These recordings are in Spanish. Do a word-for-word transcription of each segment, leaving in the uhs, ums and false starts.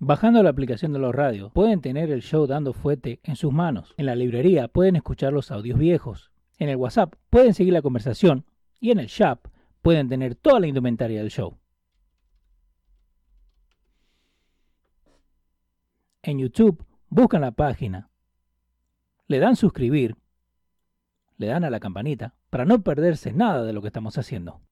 Bajando la aplicación de los radios, pueden tener el show Dando Fuete en sus manos. En la librería pueden escuchar los audios viejos. En el WhatsApp pueden seguir la conversación. Y en el shop pueden tener toda la indumentaria del show. En YouTube buscan la página, le dan suscribir, le dan a la campanita para no perderse nada de lo que estamos haciendo.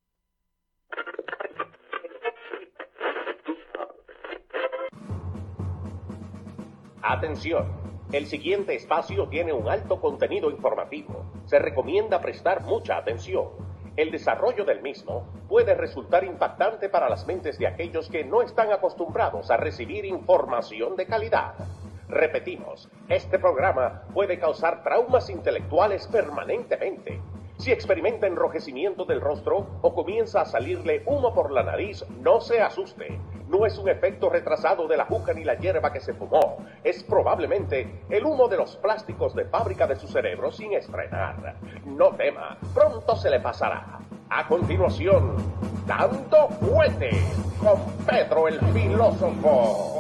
Atención, el siguiente espacio tiene un alto contenido informativo. Se recomienda prestar mucha atención. El desarrollo del mismo puede resultar impactante para las mentes de aquellos que no están acostumbrados a recibir información de calidad. Repetimos, este programa puede causar traumas intelectuales permanentemente. Si experimenta enrojecimiento del rostro o comienza a salirle humo por la nariz, no se asuste. No es un efecto retrasado de la juca ni la hierba que se fumó. Es probablemente el humo de los plásticos de fábrica de su cerebro sin estrenar. No tema, pronto se le pasará. A continuación, Dando Fuete con Pedro el Filósofo.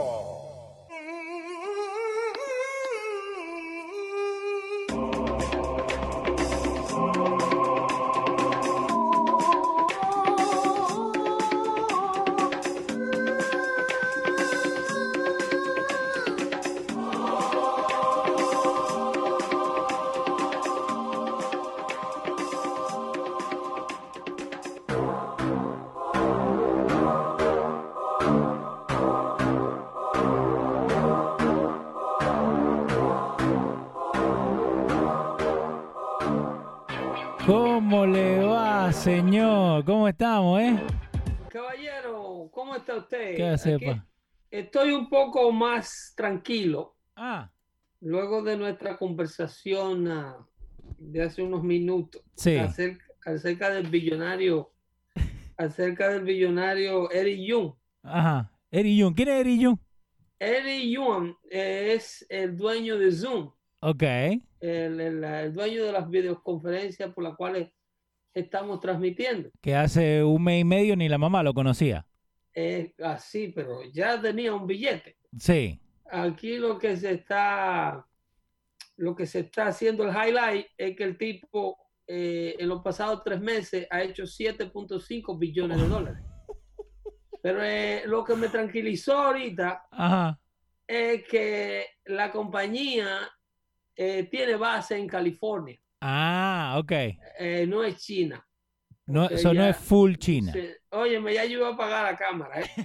¿Cómo le va, señor? ¿Cómo estamos, eh? Caballero, ¿cómo está usted? ¿Qué hace, Aquí pa? estoy un poco más tranquilo Ah, luego de nuestra conversación uh, de hace unos minutos sí. acerca, acerca del billonario, acerca del billonario Eric Yuan. Ajá. Eric Yuan. ¿Quién es Eric Yuan? Eric Yuan es el dueño de Zoom. Ok. El, el, el dueño de las videoconferencias por las cuales estamos transmitiendo. Que hace un mes y medio ni la mamá lo conocía. Es así, pero ya tenía un billete. Sí. Aquí lo que se está, lo que se está haciendo el highlight es que el tipo eh, en los pasados tres meses ha hecho siete punto cinco billones de dólares. Pero eh, lo que me tranquilizó ahorita Ajá. es que la compañía eh, tiene base en California. Ah, ok. Eh, no es China. No, eso no es full China. Se, óyeme, ya yo iba a apagar la cámara. ¿eh?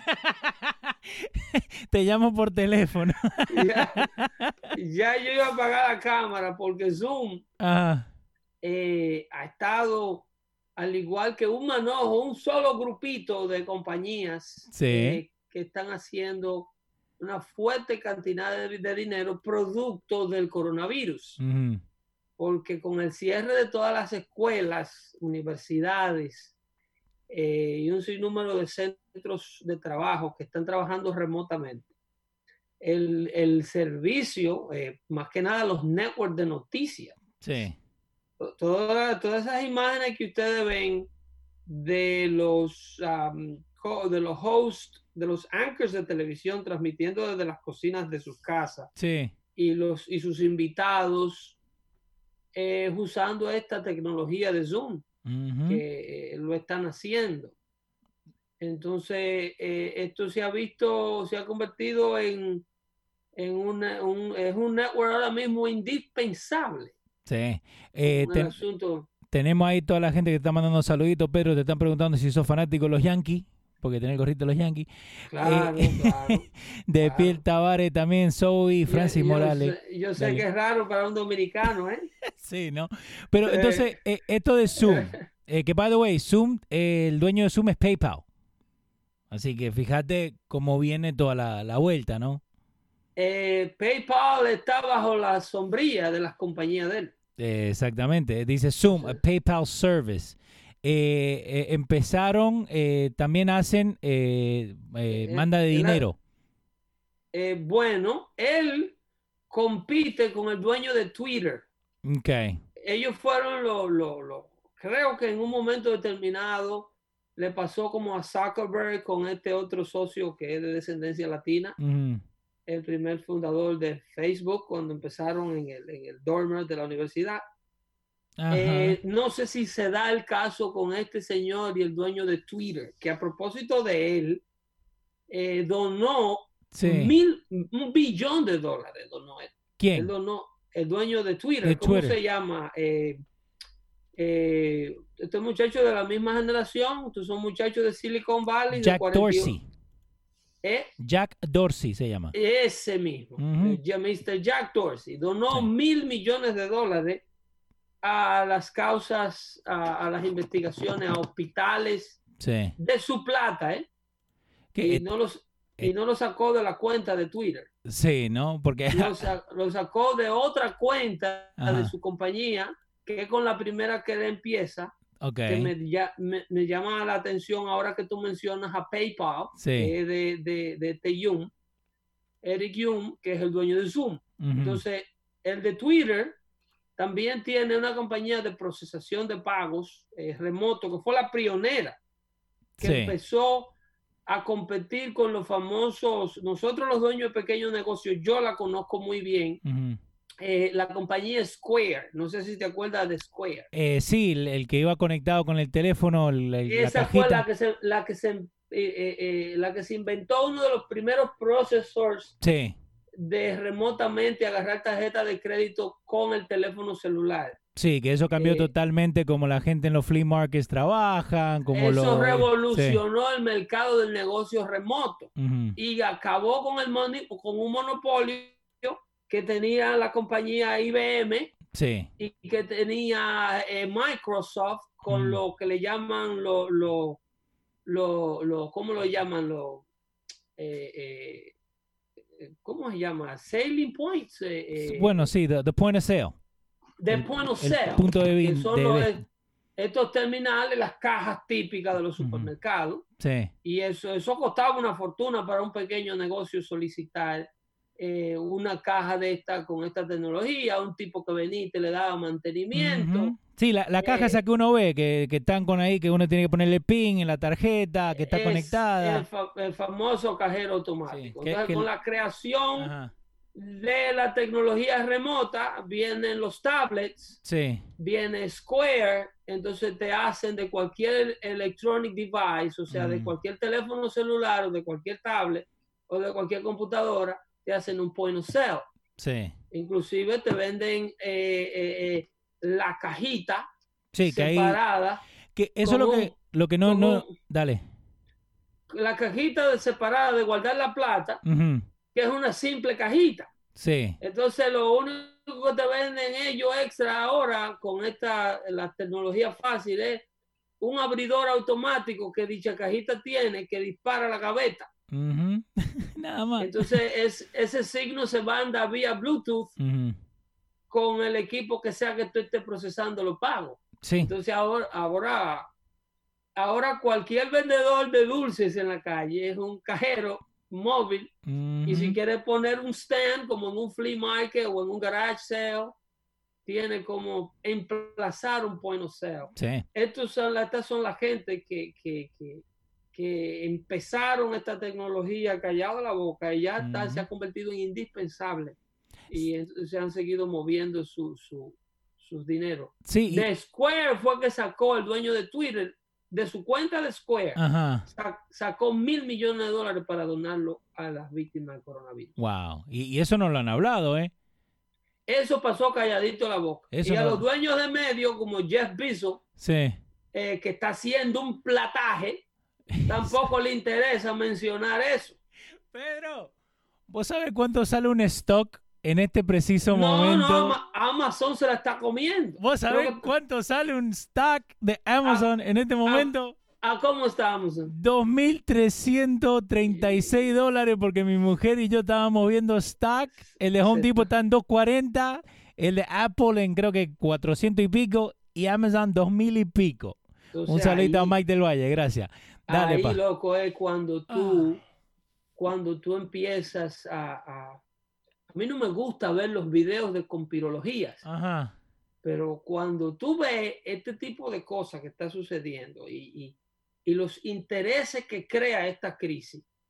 Te llamo por teléfono. ya, ya yo iba a apagar la cámara porque Zoom Ajá. Eh, ha estado, al igual que un manojo, un solo grupito de compañías sí. eh, que están haciendo una fuerte cantidad de, de dinero producto del coronavirus. Uh-huh. Porque con el cierre de todas las escuelas, universidades eh, y un sinnúmero de centros de trabajo que están trabajando remotamente, el, el servicio, eh, más que nada los networks de noticias, sí. Todas, todas esas imágenes que ustedes ven de los, um, de los hosts, de los anchors de televisión transmitiendo desde las cocinas de sus casas sí. y, los, y sus invitados eh, usando esta tecnología de Zoom, uh-huh. que eh, lo están haciendo. Entonces, eh, esto se ha visto, se ha convertido en, en una, un, es un network ahora mismo indispensable. Sí. Eh, ten, tenemos ahí toda la gente que está mandando saluditos. Pedro, te están preguntando si sos fanático de los Yankees, porque tenés el gorrito de los Yankees. Claro, eh, claro. De claro. Piel Tavares también, Zoe, Francis yo, Morales. Yo sé, yo sé que es raro para un dominicano, ¿eh? Sí, ¿no? Pero eh, entonces, eh, esto de Zoom, eh, que by the way, Zoom, eh, el dueño de Zoom es PayPal. Así que fíjate cómo viene toda la, la vuelta, ¿no? Eh, PayPal está bajo la sombrilla de las compañías de él. Eh, exactamente, dice Zoom, sí. A PayPal service. Eh, eh, empezaron, eh, también hacen eh, eh, manda de dinero. Eh, bueno, él compite con el dueño de Twitter. Okay. Ellos fueron los, lo, lo, creo que en un momento determinado le pasó como a Zuckerberg con este otro socio que es de descendencia latina. Mm. el primer fundador de Facebook cuando empezaron en el, en el dormer de la universidad. Eh, no sé si se da el caso con este señor y el dueño de Twitter, que a propósito de él, eh, donó sí. mil, un billón de dólares. Donó él. ¿Quién? Él donó, el dueño de Twitter. De ¿Cómo Twitter. se llama? Eh, eh, este muchacho de la misma generación, estos son muchachos de Silicon Valley. Jack de cuarenta Dorsey. ¿Eh? Jack Dorsey se llama. Ese mismo, uh-huh. eh, mister Jack Dorsey, donó sí. mil millones de dólares a las causas, a, a las investigaciones, a hospitales, sí. de su plata, ¿eh? Y, eh, no los, eh, y no lo sacó de la cuenta de Twitter. Sí, ¿no? Porque... Lo, sa lo sacó de otra cuenta Ajá. de su compañía, que es con la primera que él empieza, okay. que me, ya, me, me llama la atención ahora que tú mencionas a PayPal, sí. que es de, de, de, de Young, Eric Young, que es el dueño de Zoom. Uh-huh. Entonces, el de Twitter también tiene una compañía de procesación de pagos eh, remoto, que fue la pionera, que sí. empezó a competir con los famosos, nosotros los dueños de pequeños negocios, yo la conozco muy bien, uh-huh. eh, la compañía Square, no sé si te acuerdas de Square. Eh, sí, el, el que iba conectado con el teléfono, el, el, Esa la fue la que se, la que se, eh, eh, eh, la que se inventó uno de los primeros processors. Sí. De remotamente agarrar tarjeta de crédito con el teléfono celular. Sí, que eso cambió eh, totalmente como la gente en los flea markets trabajan. Como eso lo, revolucionó sí. el mercado del negocio remoto uh-huh. y acabó con, el money, con un monopolio que tenía la compañía I B M sí. y que tenía eh, Microsoft con uh-huh. lo que le llaman lo, lo, lo, lo ¿cómo lo llaman? Lo, eh, eh, ¿Cómo se llama? Selling points. Eh, bueno, sí, the, the point of sale. The point of sale. El punto de vista. Son los, estos terminales, las cajas típicas de los supermercados. Uh-huh. Sí. Y eso, eso costaba una fortuna para un pequeño negocio solicitar eh, una caja de esta con esta tecnología, un tipo que venía y te le daba mantenimiento. Uh-huh. Sí, la, la caja eh, esa que uno ve, que, que están con ahí, que uno tiene que ponerle pin en la tarjeta, que está es conectada. El, fa el famoso cajero automático. Sí, que, Entonces, que con el... la creación Ajá. de la tecnología remota, vienen los tablets, sí. viene Square, entonces te hacen de cualquier electronic device, o sea, mm. de cualquier teléfono celular o de cualquier tablet o de cualquier computadora, te hacen un point of sale. Sí. Inclusive te venden eh, eh, eh, la cajita sí, separada. Que, ahí, que eso es lo que, lo que no, no... Dale. La cajita de separada de guardar la plata, uh-huh. que es una simple cajita. Sí. Entonces lo único que te venden ellos extra ahora con esta la tecnología fácil es un abridor automático que dicha cajita tiene que dispara la gaveta. Uh-huh. Nada más. Entonces es, ese signo se manda vía Bluetooth uh-huh. con el equipo que sea que tú estés procesando los pagos. Sí. Entonces ahora, ahora, ahora cualquier vendedor de dulces en la calle es un cajero móvil uh-huh. y si quiere poner un stand como en un flea market o en un garage sale, tiene como emplazar un point of sale. Sí. Estos son, estas son la gente que, que, que, que empezaron esta tecnología callado la boca y ya está, uh-huh. se ha convertido en indispensable y se han seguido moviendo su, su, sus dineros. Sí, y... De Square fue que sacó el dueño de Twitter de su cuenta de Square, Ajá. Sac sacó mil millones de dólares para donarlo a las víctimas del coronavirus. Wow, y, y eso no lo han hablado, ¿eh? Eso pasó calladito la boca. Eso y a no... los dueños de medios como Jeff Bezos, sí. eh, que está haciendo un plataje, tampoco le interesa mencionar eso. Pedro, ¿vos sabés cuánto sale un stock en este preciso no, momento? No, Amazon se la está comiendo. ¿Vos sabés que... cuánto sale un stock de Amazon a, en este momento? ¿A, a cómo está Amazon? dos mil trescientos treinta y seis dólares porque mi mujer y yo estábamos viendo stock. El de Home Depot está en dos cuarenta, el de Apple en creo que cuatrocientos y pico y Amazon dos mil y pico. Entonces, un saludito a Mike del Valle, gracias. Dale, ahí, pa. loco, es cuando tú, ah. cuando tú empiezas a, a... A mí no me gusta ver los videos de conspirologías. Ajá. Pero cuando tú ves este tipo de cosas que está sucediendo y, y, y los intereses que crea esta crisis,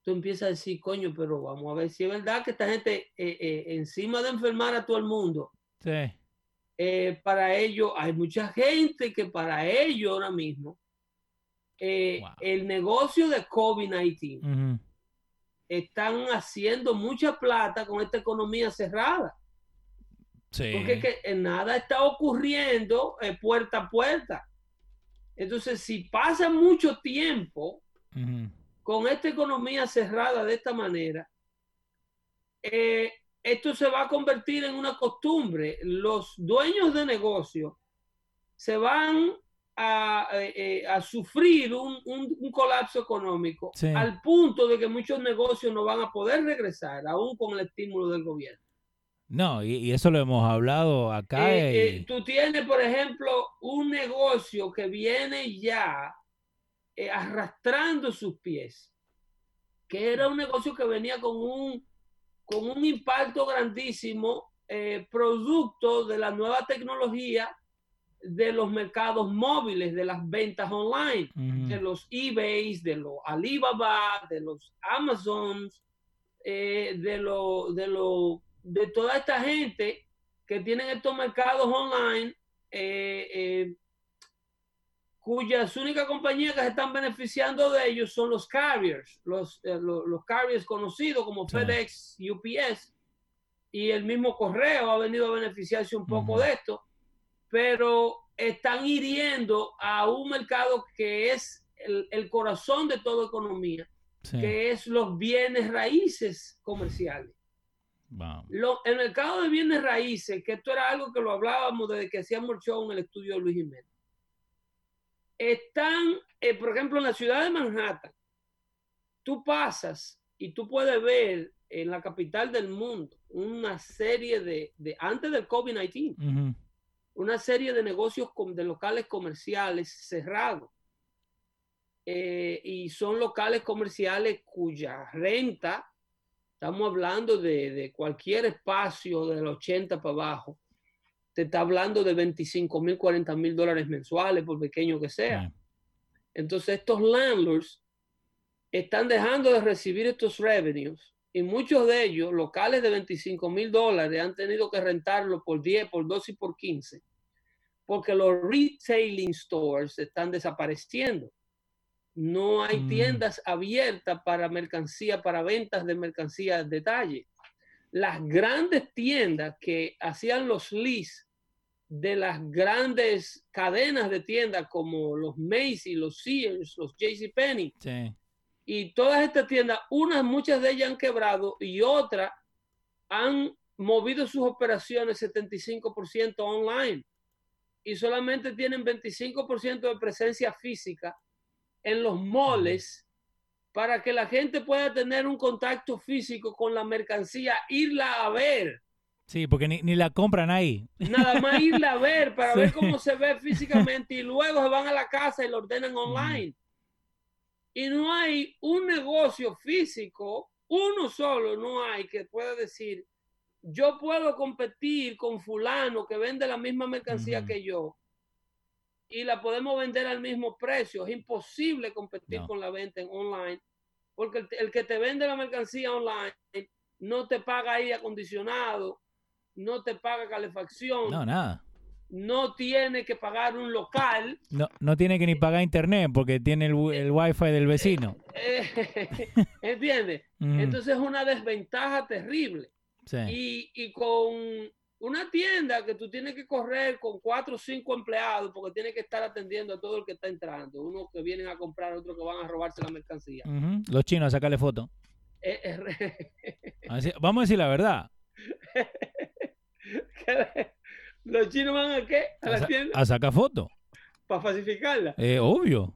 tú empiezas a decir, coño, pero vamos a ver si es verdad que esta gente, eh, eh, encima de enfermar a todo el mundo, Sí. eh, para ello, hay mucha gente que para ello ahora mismo, eh, Wow. el negocio de COVID diecinueve, Uh-huh. están haciendo mucha plata con esta economía cerrada. Sí. Porque que nada está ocurriendo eh, puerta a puerta. Entonces, si pasa mucho tiempo uh-huh. con esta economía cerrada de esta manera, eh, esto se va a convertir en una costumbre. Los dueños de negocio se van a, eh, a sufrir un, un, un colapso económico, sí. al punto de que muchos negocios no van a poder regresar, aún con el estímulo del gobierno. No, y, y eso lo hemos hablado acá. Eh, y... eh, tú tienes, por ejemplo, un negocio que viene ya eh, arrastrando sus pies, que era un negocio que venía con un, con un impacto grandísimo, eh, producto de la nueva tecnología, de los mercados móviles, de las ventas online, uh-huh. de los eBays, de los Alibaba, de los Amazons, eh, de, lo, de, lo, de toda esta gente que tienen estos mercados online, eh, eh, cuyas únicas compañías que se están beneficiando de ellos son los carriers, los, eh, los, los carriers conocidos como sí. FedEx, U P S, y el mismo correo ha venido a beneficiarse un poco uh-huh. de esto, pero están hiriendo a un mercado que es el, el corazón de toda economía, sí. que es los bienes raíces comerciales. Wow. Lo, el mercado de bienes raíces, que esto era algo que lo hablábamos desde que hacíamos el show en el estudio de Luis Jiménez, están, eh, por ejemplo, en la ciudad de Manhattan, tú pasas y tú puedes ver en la capital del mundo una serie de, de antes del COVID diecinueve, uh-huh. una serie de negocios de locales comerciales cerrados. Eh, y son locales comerciales cuya renta, estamos hablando de, de cualquier espacio del ochenta para abajo, te está hablando de veinticinco mil, cuarenta mil dólares mensuales, por pequeño que sea. Sí. Entonces estos landlords están dejando de recibir estos revenues y muchos de ellos, locales de veinticinco mil dólares, han tenido que rentarlo por diez, por doce y por quince, porque los retailing stores están desapareciendo. No hay mm. tiendas abiertas para mercancía, para ventas de mercancía de detalle. Las grandes tiendas que hacían los lease de las grandes cadenas de tiendas como los Macy's, los Sears, los JCPenney, sí. y todas estas tiendas, unas, muchas de ellas han quebrado y otras han movido sus operaciones setenta y cinco por ciento online y solamente tienen veinticinco por ciento de presencia física en los moles para que la gente pueda tener un contacto físico con la mercancía, irla a ver. Sí, porque ni, ni la compran ahí. Nada más irla a ver para sí. ver cómo se ve físicamente y luego se van a la casa y lo ordenan online. Mm. Y no hay un negocio físico, uno solo no hay que pueda decir, yo puedo competir con fulano que vende la misma mercancía mm. que yo y la podemos vender al mismo precio. Es imposible competir no. con la venta en online porque el, el que te vende la mercancía online no te paga aire acondicionado, no te paga calefacción. No, nada. No tiene que pagar un local. No, no tiene que ni pagar internet porque tiene el, el wifi del vecino. ¿Entiendes? Mm. Entonces es una desventaja terrible. Sí. Y, y con una tienda que tú tienes que correr con cuatro o cinco empleados porque tienes que estar atendiendo a todo el que está entrando. Unos que vienen a comprar, otros que van a robarse la mercancía. Uh-huh. Los chinos a sacarle foto. Eh, eh, Así, vamos a decir la verdad. ¿Los chinos van a qué? ¿A, a la tienda? A sacar fotos. ¿Para falsificarla? Eh, obvio.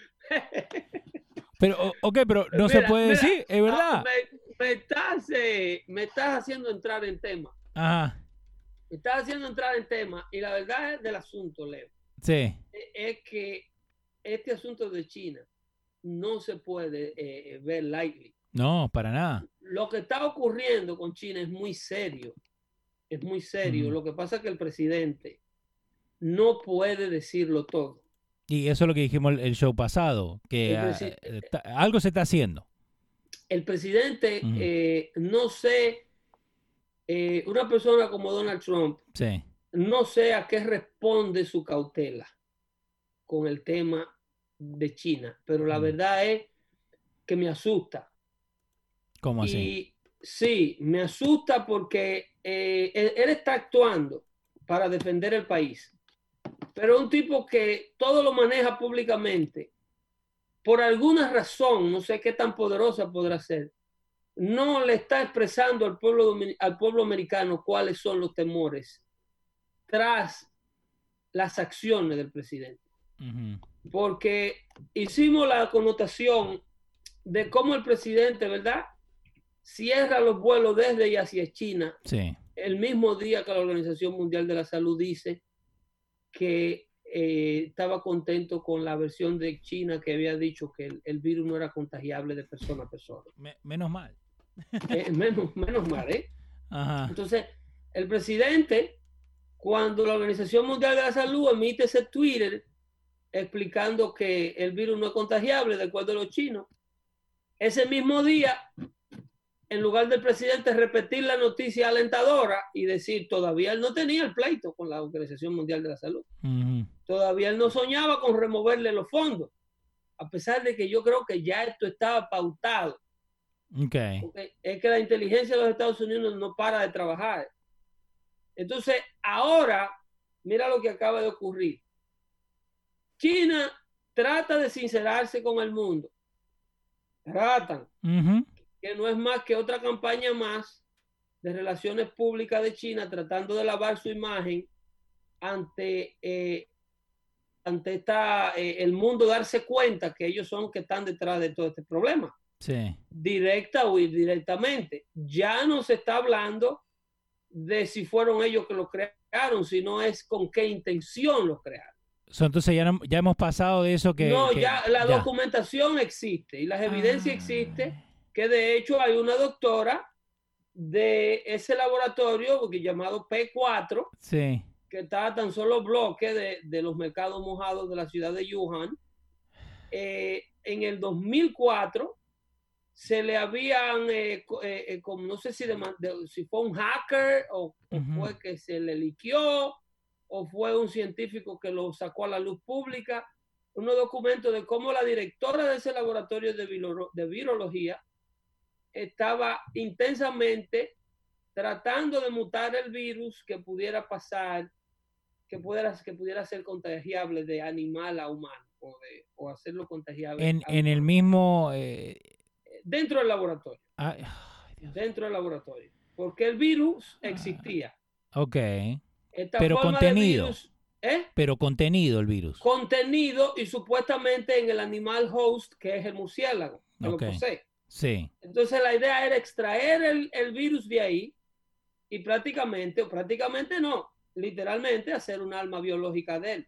Pero, ok, pero no mira, se puede mira, decir, es verdad. Me, me, estás, eh, me estás haciendo entrar en tema. Ajá. Me estás haciendo entrar en tema. Y la verdad es del asunto, Leo. Sí. Es, es que este asunto de China no se puede eh, ver lightly. No, para nada. Lo que está ocurriendo con China es muy serio. Es muy serio. Mm. Lo que pasa es que el presidente no puede decirlo todo. Y eso es lo que dijimos el show pasado, que a, está, algo se está haciendo. el presidente, Ujú. eh, no sé, eh, una persona como Donald Trump, Sí. no sé a qué responde su cautela con el tema de China, pero la Mm. verdad es que me asusta. ¿Cómo así? Y sí, me asusta porque eh, él, él está actuando para defender el país, pero un tipo que todo lo maneja públicamente, por alguna razón, no sé qué tan poderosa podrá ser, no le está expresando al pueblo, al pueblo americano cuáles son los temores tras las acciones del presidente. Ujú. Porque hicimos la connotación de cómo el presidente, ¿verdad?, cierra los vuelos desde y hacia China Sí. el mismo día que la Organización Mundial de la Salud dice que eh, estaba contento con la versión de China que había dicho que el, el virus no era contagiable de persona a persona. Me- menos mal. Eh, menos, menos mal, ¿eh? Ajá. Entonces, el presidente, cuando la Organización Mundial de la Salud emite ese Twitter explicando que el virus no es contagiable, de acuerdo a los chinos, ese mismo día, en lugar del presidente repetir la noticia alentadora y decir, todavía él no tenía el pleito con la Organización Mundial de la Salud. Ujú. Todavía él no soñaba con removerle los fondos, a pesar de que yo creo que ya esto estaba pautado. Okay. Porque es que la inteligencia de los Estados Unidos no para de trabajar. Entonces, ahora, mira lo que acaba de ocurrir. China trata de sincerarse con el mundo. Tratan. Ujú. Que no es más que otra campaña más de relaciones públicas de China tratando de lavar su imagen ante, eh, ante esta, eh, el mundo darse cuenta que ellos son los que están detrás de todo este problema. Sí. Directa o indirectamente. Ya no se está hablando de si fueron ellos que lo crearon, sino es con qué intención lo crearon. So, entonces ya, no- ya hemos pasado de eso que... No, que- ya la ya. documentación existe y las evidencias Ah. existen, que de hecho hay una doctora de ese laboratorio porque llamado P cuatro, Sí. que está a tan solo bloque de, de los mercados mojados de la ciudad de Wuhan. Eh, en el dos mil cuatro se le habían, eh, eh, eh, como no sé si, de, de, si fue un hacker o, o Ujú. fue que se le liqueó o fue un científico que lo sacó a la luz pública, unos documentos de cómo la directora de ese laboratorio de, viro, de virología estaba intensamente tratando de mutar el virus que pudiera pasar, que pudiera, que pudiera ser contagiable de animal a humano o, de, o hacerlo contagiable En, a en el mismo... eh, dentro del laboratorio. ay, ay, Dios. Dentro del laboratorio. Porque el virus existía. Ok. Esta Pero forma contenido. de virus, ¿eh? Pero contenido el virus. Contenido y supuestamente en el animal host, que es el murciélago, que Ok. lo posee. Sí. Entonces la idea era extraer el, el virus de ahí y prácticamente, o prácticamente no, literalmente hacer un arma biológica de él.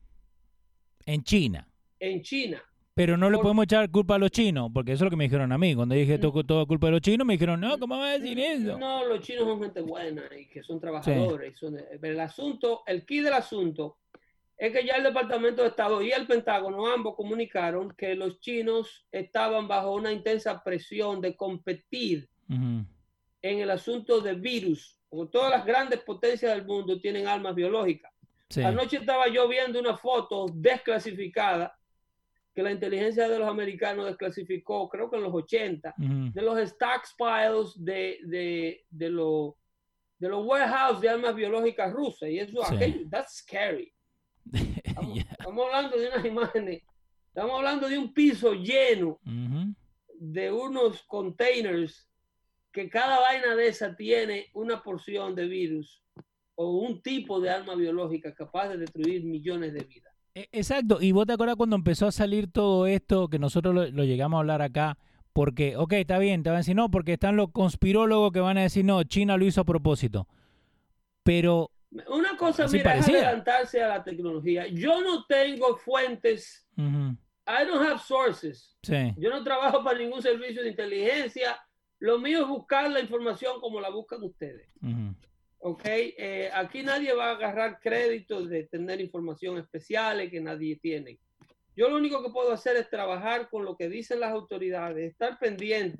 En China. En China. Pero no le Por- podemos echar culpa a los chinos, porque eso es lo que me dijeron a mí. Cuando dije todo, todo culpa de los chinos, me dijeron, no, ¿cómo vas a decir eso? No, los chinos son gente buena y que son trabajadores. Sí. Son, el asunto, el key del asunto es que ya el Departamento de Estado y el Pentágono ambos comunicaron que los chinos estaban bajo una intensa presión de competir Uh-huh. en el asunto de virus, porque todas las grandes potencias del mundo tienen armas biológicas. Sí. Anoche estaba yo viendo una foto desclasificada que la inteligencia de los americanos desclasificó, creo que en los ochenta, uh-huh. de los stockpiles de, de, de los de los warehouses de armas biológicas rusas. Y eso, sí. aquello, that's scary. Estamos, yeah. estamos hablando de unas imágenes, estamos hablando de un piso lleno uh-huh. de unos containers que cada vaina de esa tiene una porción de virus o un tipo de arma biológica capaz de destruir millones de vidas. Exacto, y vos te acuerdas cuando empezó a salir todo esto, que nosotros lo, lo llegamos a hablar acá, porque, ok, está bien, te van a decir no, porque están los conspirólogos que van a decir no, China lo hizo a propósito, pero... Una cosa, mira, parecía. es adelantarse a la tecnología. Yo no tengo fuentes, uh-huh. I don't have sources, sí. Yo no trabajo para ningún servicio de inteligencia, lo mío es buscar la información como la buscan ustedes. Uh-huh. Ok, eh, aquí nadie va a agarrar créditos de tener información especial que nadie tiene. Yo lo único que puedo hacer es trabajar con lo que dicen las autoridades, estar pendiente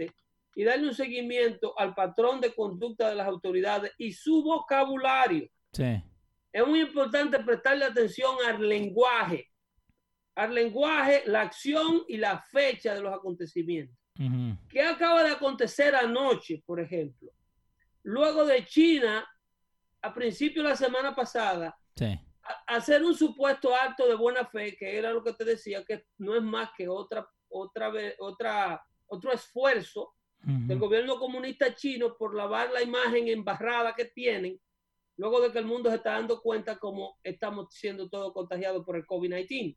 y darle un seguimiento al patrón de conducta de las autoridades y su vocabulario. Sí. Es muy importante prestarle atención al lenguaje, al lenguaje, la acción y la fecha de los acontecimientos. Uh-huh. ¿Qué acaba de acontecer anoche, por ejemplo? Luego de China, a principio de la semana pasada, sí. a, hacer un supuesto acto de buena fe, que era lo que te decía, que no es más que otra, otra, otra, otro esfuerzo uh-huh. del gobierno comunista chino por lavar la imagen embarrada que tienen, luego de que el mundo se está dando cuenta cómo estamos siendo todos contagiados por el COVID diecinueve.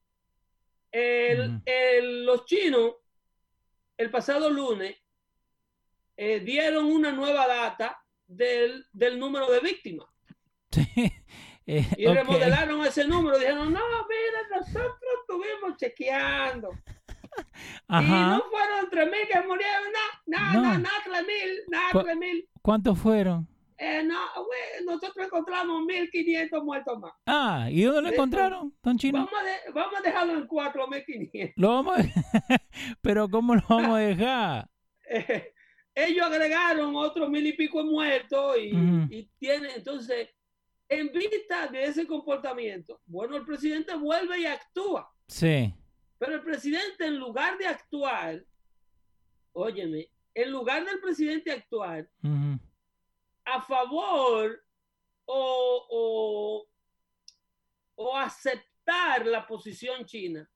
El, uh-huh. el, los chinos, el pasado lunes, eh, dieron una nueva data del, del número de víctimas. Sí. Eh, y okay. remodelaron ese número. Dijeron, no, mira, nosotros estuvimos chequeando. Ajá. Y no fueron tres mil que murieron, no, no, no, no, tres mil, no, tres mil. ¿Cuántos fueron? Eh, no, güey, nosotros encontramos mil quinientos muertos más. Ah, ¿y dónde lo encontraron, don Chino? Vamos a, de, vamos a dejarlo en cuatro mil quinientos. Lo vamos a... Pero ¿cómo lo vamos a dejar? eh, ellos agregaron otros mil y pico muertos y, uh-huh. y tienen, entonces, en vista de ese comportamiento, bueno, el presidente vuelve y actúa. Sí. Pero el presidente, en lugar de actuar, óyeme, en lugar del presidente actuar, uh-huh. a favor o, o, o aceptar la posición china,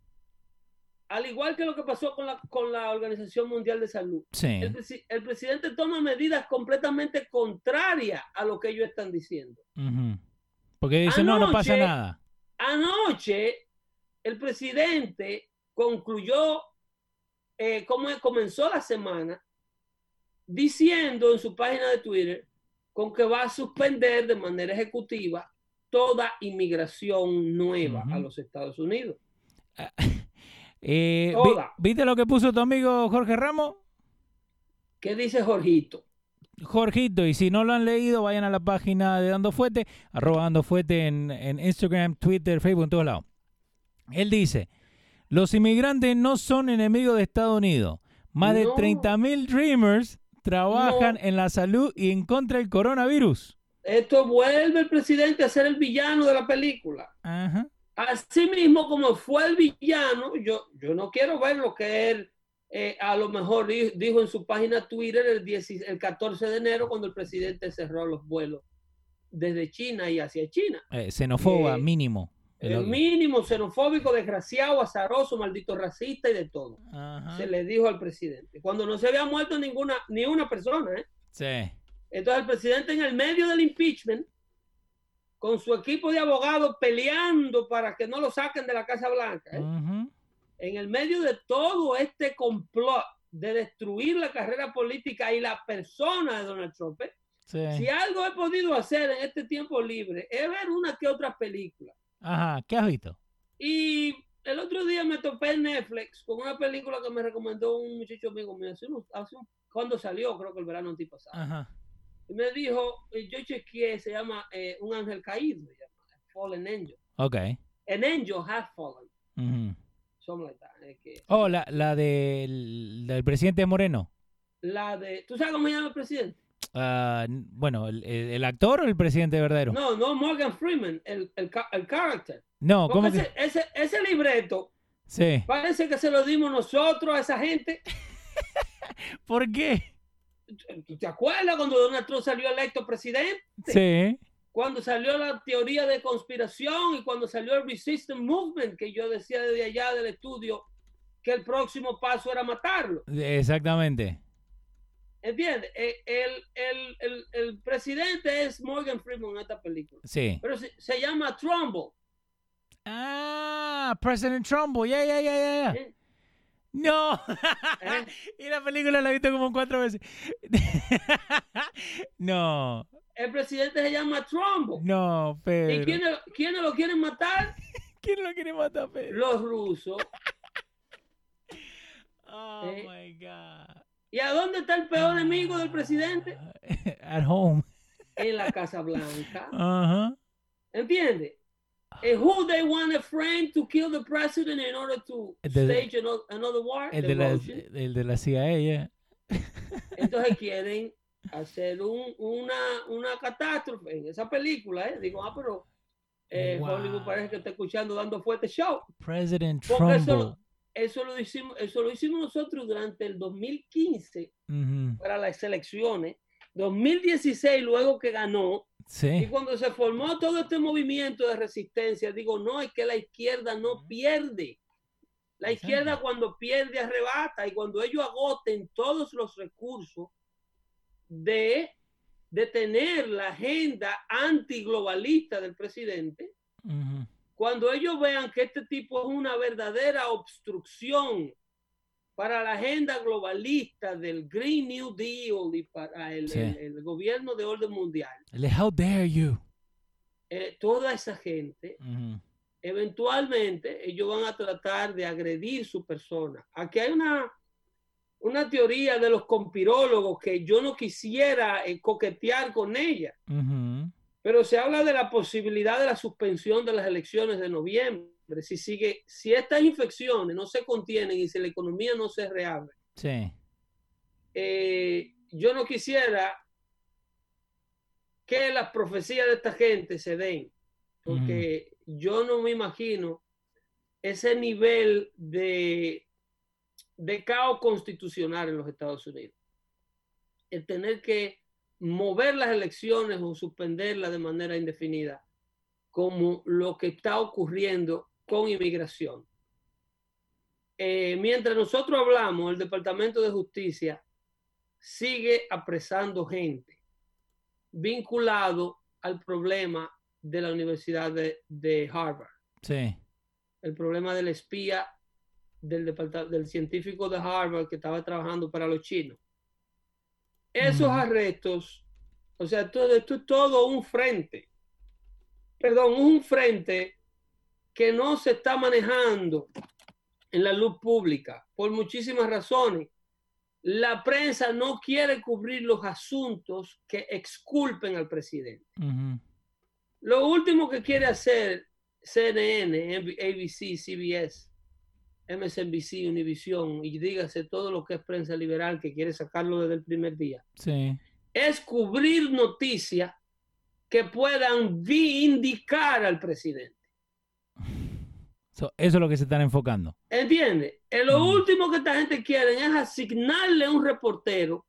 al igual que lo que pasó con la, con la Organización Mundial de Salud, sí. el, el presidente toma medidas completamente contrarias a lo que ellos están diciendo. Uh-huh. Porque dice, anoche, no, no pasa nada. Anoche, el presidente concluyó, eh, como comenzó la semana, diciendo en su página de Twitter con que va a suspender de manera ejecutiva toda inmigración nueva uh-huh. a los Estados Unidos. Uh, eh, toda. ¿Viste lo que puso tu amigo Jorge Ramos? ¿Qué dice Jorgito? Jorgito, y si no lo han leído, vayan a la página de Dando Fuete, arroba Dando Fuete en, en Instagram, Twitter, Facebook, en todos lados. Él dice, los inmigrantes no son enemigos de Estados Unidos. Más no. de treinta mil Dreamers trabajan no. en la salud y en contra del coronavirus. Esto vuelve el presidente a ser el villano de la película. Ajá. Así mismo como fue el villano, yo, yo no quiero ver lo que él eh, a lo mejor dijo en su página Twitter el, diez, el catorce de enero cuando el presidente cerró los vuelos desde China y hacia China. Eh, xenófoba, eh, mínimo. El mínimo, xenofóbico, desgraciado, azaroso, maldito racista y de todo. Ajá. Se le dijo al presidente. Cuando no se había muerto ninguna, ni una persona, ¿eh? Sí. Entonces el presidente en el medio del impeachment, con su equipo de abogados peleando para que no lo saquen de la Casa Blanca, ¿eh? Uh-huh. En el medio de todo este complot de destruir la carrera política y la persona de Donald Trump, ¿eh? Sí. Si algo he podido hacer en este tiempo libre es ver una que otra película. Ajá, ¿qué has visto? Y el otro día me topé en Netflix con una película que me recomendó un muchacho amigo mío, hace un, hace un, cuando salió, creo que el verano antipasado. Ajá. Y me dijo, yo chequeé, se llama eh, Un Ángel Caído, se llama Fallen Angel. Ok. An Angel Has Fallen. Uh-huh. Something like that. Eh, que, oh, la, la del, del presidente Moreno. La de, ¿tú sabes cómo se llama el presidente? Uh, bueno, ¿el, el actor o el presidente verdadero? No, no, Morgan Freeman, el, el, el character. No, ¿cómo ese, que? ese, ese libreto, sí. Parece que se lo dimos nosotros a esa gente. ¿Por qué? ¿Te acuerdas cuando Donald Trump salió electo presidente? Sí. Cuando salió la teoría de conspiración y cuando salió el Resistance Movement, que yo decía desde allá del estudio que el próximo paso era matarlo. Exactamente. ¿Entiendes? El, el, el, el, el presidente es Morgan Freeman en esta película. Sí. Pero se, se llama Trumbull. Ah, President Trumbull. Ya, ya, ya, ya. ¿Eh? No. ¿Eh? Y la película la he visto como cuatro veces. No. El presidente se llama Trumbull. No, Pedro. ¿Y quiénes, quiénes lo quieren matar? ¿Quién lo quiere matar, Pedro? Los rusos. Oh, ¿Eh? My God. ¿Y a dónde está el peor enemigo del presidente? At home. En la Casa Blanca. Uh-huh. ¿Entiendes? And who they want to frame to kill the president in order to el de, stage another, another war? El de, la, el de la C I A, yeah. Entonces quieren hacer un, una, una catástrofe en esa película. ¿eh? Digo, ah, pero eh, wow. Hollywood parece que está escuchando Dando Fuerte Show. President Porque Trumbull. Eso, eso, lo hicimos, eso lo hicimos nosotros durante el dos mil quince uh-huh. para las elecciones. dos mil dieciséis, luego que ganó. Sí. Y cuando se formó todo este movimiento de resistencia, digo, no, es que la izquierda no pierde. La izquierda cuando pierde arrebata, y cuando ellos agoten todos los recursos de detener la agenda antiglobalista del presidente, uh-huh. cuando ellos vean que este tipo es una verdadera obstrucción para la agenda globalista del Green New Deal y para el, sí. el, el gobierno de orden mundial. How dare you? Eh, toda esa gente, uh-huh. eventualmente, ellos van a tratar de agredir su persona. Aquí hay una, una teoría de los conspirólogos que yo no quisiera eh, coquetear con ella, uh-huh. pero se habla de la posibilidad de la suspensión de las elecciones de noviembre. Si sigue, si estas infecciones no se contienen y si la economía no se reabre, sí. eh, yo no quisiera que las profecías de esta gente se den, porque mm. yo no me imagino ese nivel de, de caos constitucional en los Estados Unidos. El tener que mover las elecciones o suspenderlas de manera indefinida, como lo que está ocurriendo con inmigración. Eh, mientras nosotros hablamos, el Departamento de Justicia sigue apresando gente vinculado al problema de la Universidad de, de Harvard. Sí. El problema del espía del, del científico de Harvard que estaba trabajando para los chinos. Esos mm. arrestos, o sea, todo esto es todo un frente. Perdón, un frente que no se está manejando en la luz pública por muchísimas razones. La prensa no quiere cubrir los asuntos que exculpen al presidente. Uh-huh. Lo último que quiere hacer C N N, A B C, C B S, M S N B C, Univision, y dígase todo lo que es prensa liberal que quiere sacarlo desde el primer día, sí. es cubrir noticias que puedan vindicar al presidente. So, eso es lo que se están enfocando. ¿Entiendes? Lo mm. último que esta gente quiere es asignarle un reportero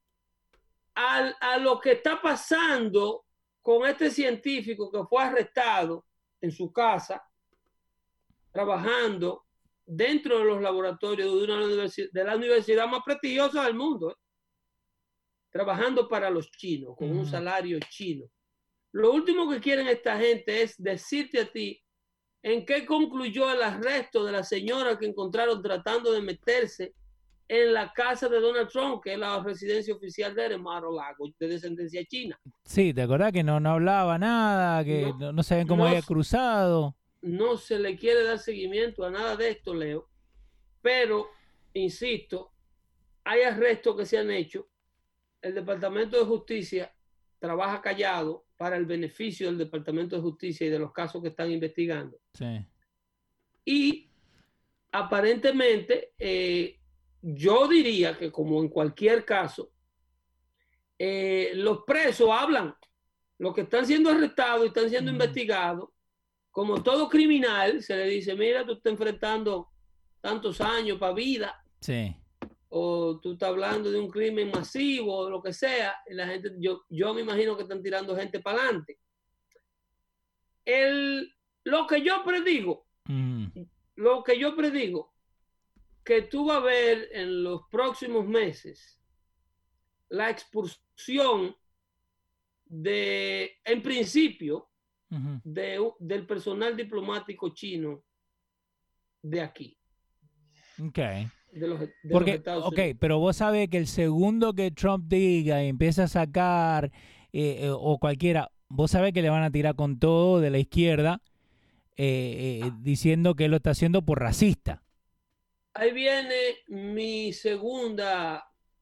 a, a lo que está pasando con este científico que fue arrestado en su casa, trabajando dentro de los laboratorios de, una universidad, de la universidad más prestigiosa del mundo, ¿eh? Trabajando para los chinos, con mm. un salario chino. Lo último que quieren esta gente es decirte a ti en qué concluyó el arresto de la señora que encontraron tratando de meterse en la casa de Donald Trump, que es la residencia oficial de Mar-a-Lago, de descendencia china. Sí, ¿te acordás que no, no hablaba nada, que no, no sabían cómo no, había cruzado? No se le quiere dar seguimiento a nada de esto, Leo, pero, insisto, hay arrestos que se han hecho. El Departamento de Justicia trabaja callado para el beneficio del Departamento de Justicia y de los casos que están investigando. Sí. Y aparentemente, eh, yo diría que como en cualquier caso, eh, los presos hablan. Los que están siendo arrestados y están siendo mm. investigados, como todo criminal, se le dice, mira, tú estás enfrentando tantos años para vida. Sí. O tú estás hablando de un crimen masivo o lo que sea, y la gente, yo, yo me imagino que están tirando gente para adelante. El, lo que yo predigo, mm. lo que yo predigo, que tú vas a ver en los próximos meses la expulsión de, en principio, uh-huh. de, del personal diplomático chino de aquí. Okay. De los, de Porque, los Estados ok, Unidos. Pero vos sabés que el segundo que Trump diga y empieza a sacar eh, eh, o cualquiera, vos sabés que le van a tirar con todo de la izquierda eh, eh, diciendo que él lo está haciendo por racista. Ahí viene mi segunda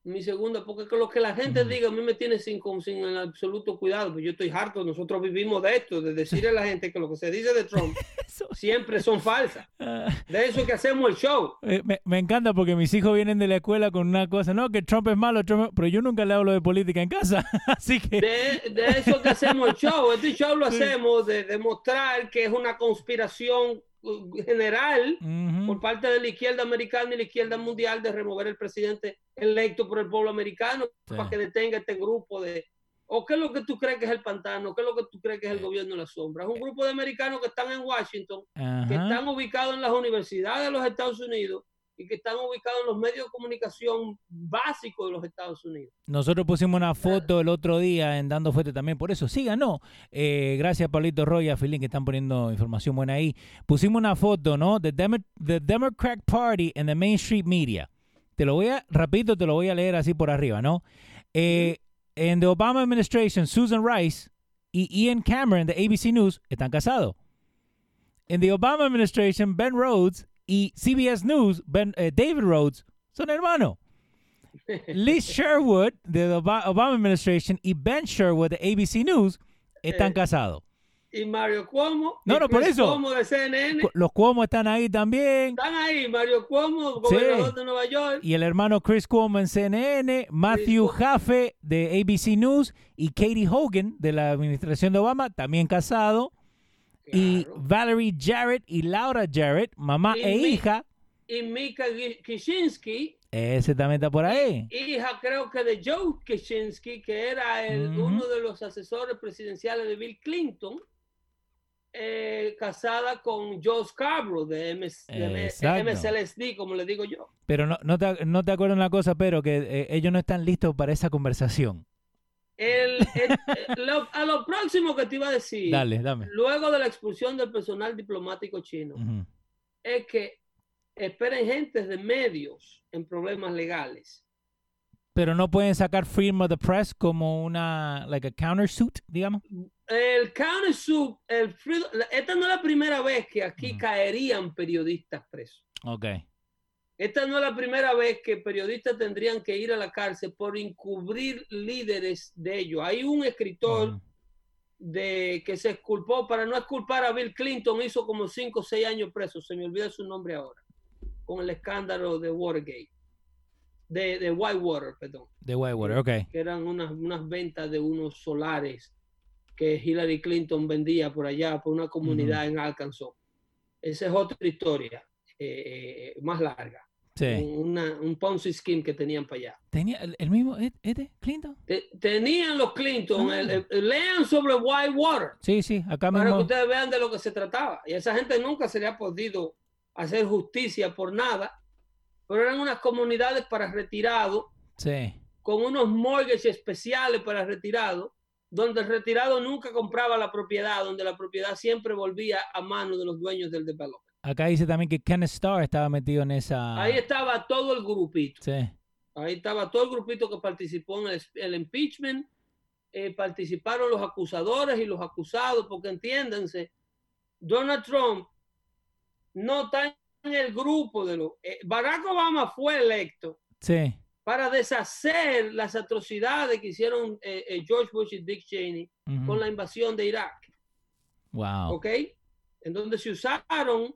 Mi segunda, porque lo que la gente Mm. diga a mí me tiene sin, sin el absoluto cuidado, pues yo estoy harto, nosotros vivimos de esto, de decirle a la gente que lo que se dice de Trump Eso. siempre son falsas. Ah, De eso que hacemos el show. eh, me, me encanta porque mis hijos vienen de la escuela con una cosa, no, que Trump es malo, Trump es- pero yo nunca le hablo de política en casa, así que... De, de eso que hacemos el show. Este show lo Sí. hacemos de demostrar que es una conspiración uh, general Ujú. por parte de la izquierda americana y la izquierda mundial de remover el presidente electo por el pueblo americano Sí. para que detenga este grupo de... ¿O qué es lo que tú crees que es el pantano? ¿Qué es lo que tú crees que es el Eh. gobierno de la sombra? Es un grupo de americanos que están en Washington, que Ajá. están ubicados en las universidades de los Estados Unidos y que están ubicados en los medios de comunicación básicos de los Estados Unidos. Nosotros pusimos una foto el otro día en Dando Fuerte también, por eso síganos. Eh, gracias a Pablito Roy y a Filín que están poniendo información buena ahí. Pusimos una foto, ¿no? The, Demo- the Democrat Party and the mainstream media. Te lo voy a, rapidito te lo voy a leer así por arriba, ¿no? Eh, en the Obama administration, Susan Rice y Ian Cameron de A B C News están casados. En the Obama administration, Ben Rhodes y C B S News, ben, eh, David Rhodes, son hermanos. Liz Sherwood de the Ob- Obama administration y Ben Sherwood de A B C News están Eh, casados. Y Mario Cuomo, No, y no, por Chris eso. Cuomo de C N N, Cu- Los Cuomo están ahí también. están ahí. Mario Cuomo, Sí. gobernador de Nueva York. Y el hermano Chris Cuomo en C N N, Matthew Cuomo. Jaffe de A B C News y Katie Hogan de la administración de Obama, también casado. Y Claro. Valerie Jarrett y Laura Jarrett, mamá Y e mi- hija, Y Mika Gi- Kaczynski, ese también está por ahí. hija creo que de Joe Kaczynski, que era el, Ujú. uno de los asesores presidenciales de Bill Clinton, eh, casada con Joe Scarborough de, M S, de M- Exacto. M S L S D, como le digo yo. Pero no, no, te, no te acuerdas una cosa, pero que eh, ellos no están listos para esa conversación. El, el- lo- a lo próximo que te iba a decir, Dale, dame. luego de la expulsión del personal diplomático chino, Ujú. es que esperen gentes de medios en problemas legales. Pero no pueden sacar Freedom of the Press como una, like a countersuit, digamos. El countersuit, el free- esta no es la primera vez que aquí Ujú. caerían periodistas presos. Ok. Esta no es la primera vez que periodistas tendrían que ir a la cárcel por encubrir líderes de ellos. Hay un escritor Ujú. de que se exculpó para no exculpar a Bill Clinton, hizo como cinco o seis años preso, se me olvida su nombre ahora, con el escándalo de Watergate, de, de Whitewater, perdón, De Whitewater, ok. que eran unas, unas ventas de unos solares que Hillary Clinton vendía por allá, por una comunidad en Arkansas. Esa es otra historia, eh, eh, más larga. Sí. Una, un Ponzi scheme que tenían para allá. ¿Tenía el, el mismo, e- este, Clinton? Te- tenían los Clinton, Ah. el- el- el- lean sobre Whitewater, Sí, sí, acá para mismo. que ustedes vean de lo que se trataba. Y a esa gente nunca se le ha podido hacer justicia por nada, pero eran unas comunidades para retirados, Sí. con unos mortgages especiales para retirados, donde el retirado nunca compraba la propiedad, donde la propiedad siempre volvía a manos de los dueños del developer. Acá dice también que Kenneth Starr estaba metido en esa. Ahí estaba todo el grupito. Sí. Ahí estaba todo el grupito que participó en el, el impeachment. Eh, participaron los acusadores y los acusados, porque entiéndanse, Donald Trump no está en el grupo de los... Eh, Barack Obama fue electo Sí. para deshacer las atrocidades que hicieron eh, eh, George Bush y Dick Cheney Ujú. con la invasión de Irak. Wow. ¿Ok? En donde se usaron...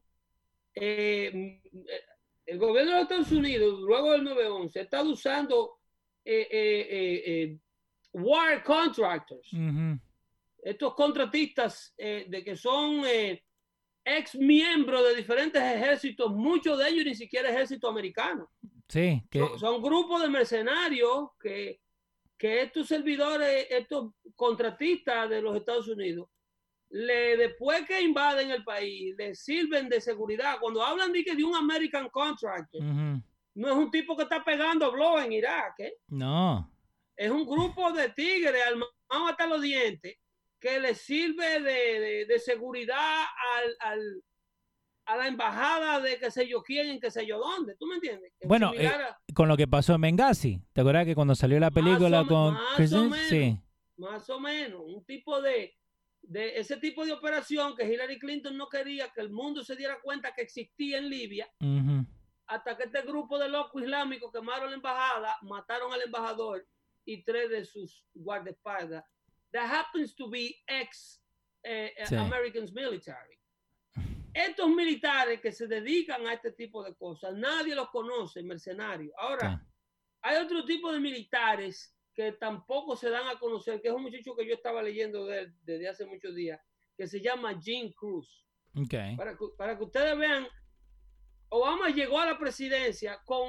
Eh, el gobierno de los Estados Unidos, luego del nueve once, ha estado usando eh, eh, eh, eh, war contractors, Ujú. estos contratistas eh, de que son eh, ex miembros de diferentes ejércitos, muchos de ellos ni siquiera ejército americano. Sí. Que, Son, son grupos de mercenarios que, que estos servidores, estos contratistas de los Estados Unidos, le, después que invaden el país, les sirven de seguridad. Cuando hablan de, que de un American contractor, Ujú. no es un tipo que está pegando blow en Irak, ¿eh? No. Es un grupo de tigres armados hasta los dientes que le sirve de, de, de seguridad al, al, a la embajada de qué sé yo quién, en qué sé yo dónde. ¿Tú me entiendes? Es Bueno, similar a- Con lo que pasó en Benghazi. ¿Te acuerdas que cuando salió la película Más o con me- más Chris o Evans? menos. Sí. más o menos, un tipo de, de ese tipo de operación que Hillary Clinton no quería que el mundo se diera cuenta que existía en Libia, Ujú. hasta que este grupo de locos islámicos quemaron la embajada, mataron al embajador y tres de sus guardaespaldas. That happens to be ex eh, sí. Americans military. Estos militares que se dedican a este tipo de cosas, nadie los conoce, mercenarios. Ahora, sí. hay otro tipo de militares que tampoco se dan a conocer, que es un muchacho que yo estaba leyendo de, desde hace muchos días, que se llama Gene Cruz. Okay. Para, para que ustedes vean, Obama llegó a la presidencia con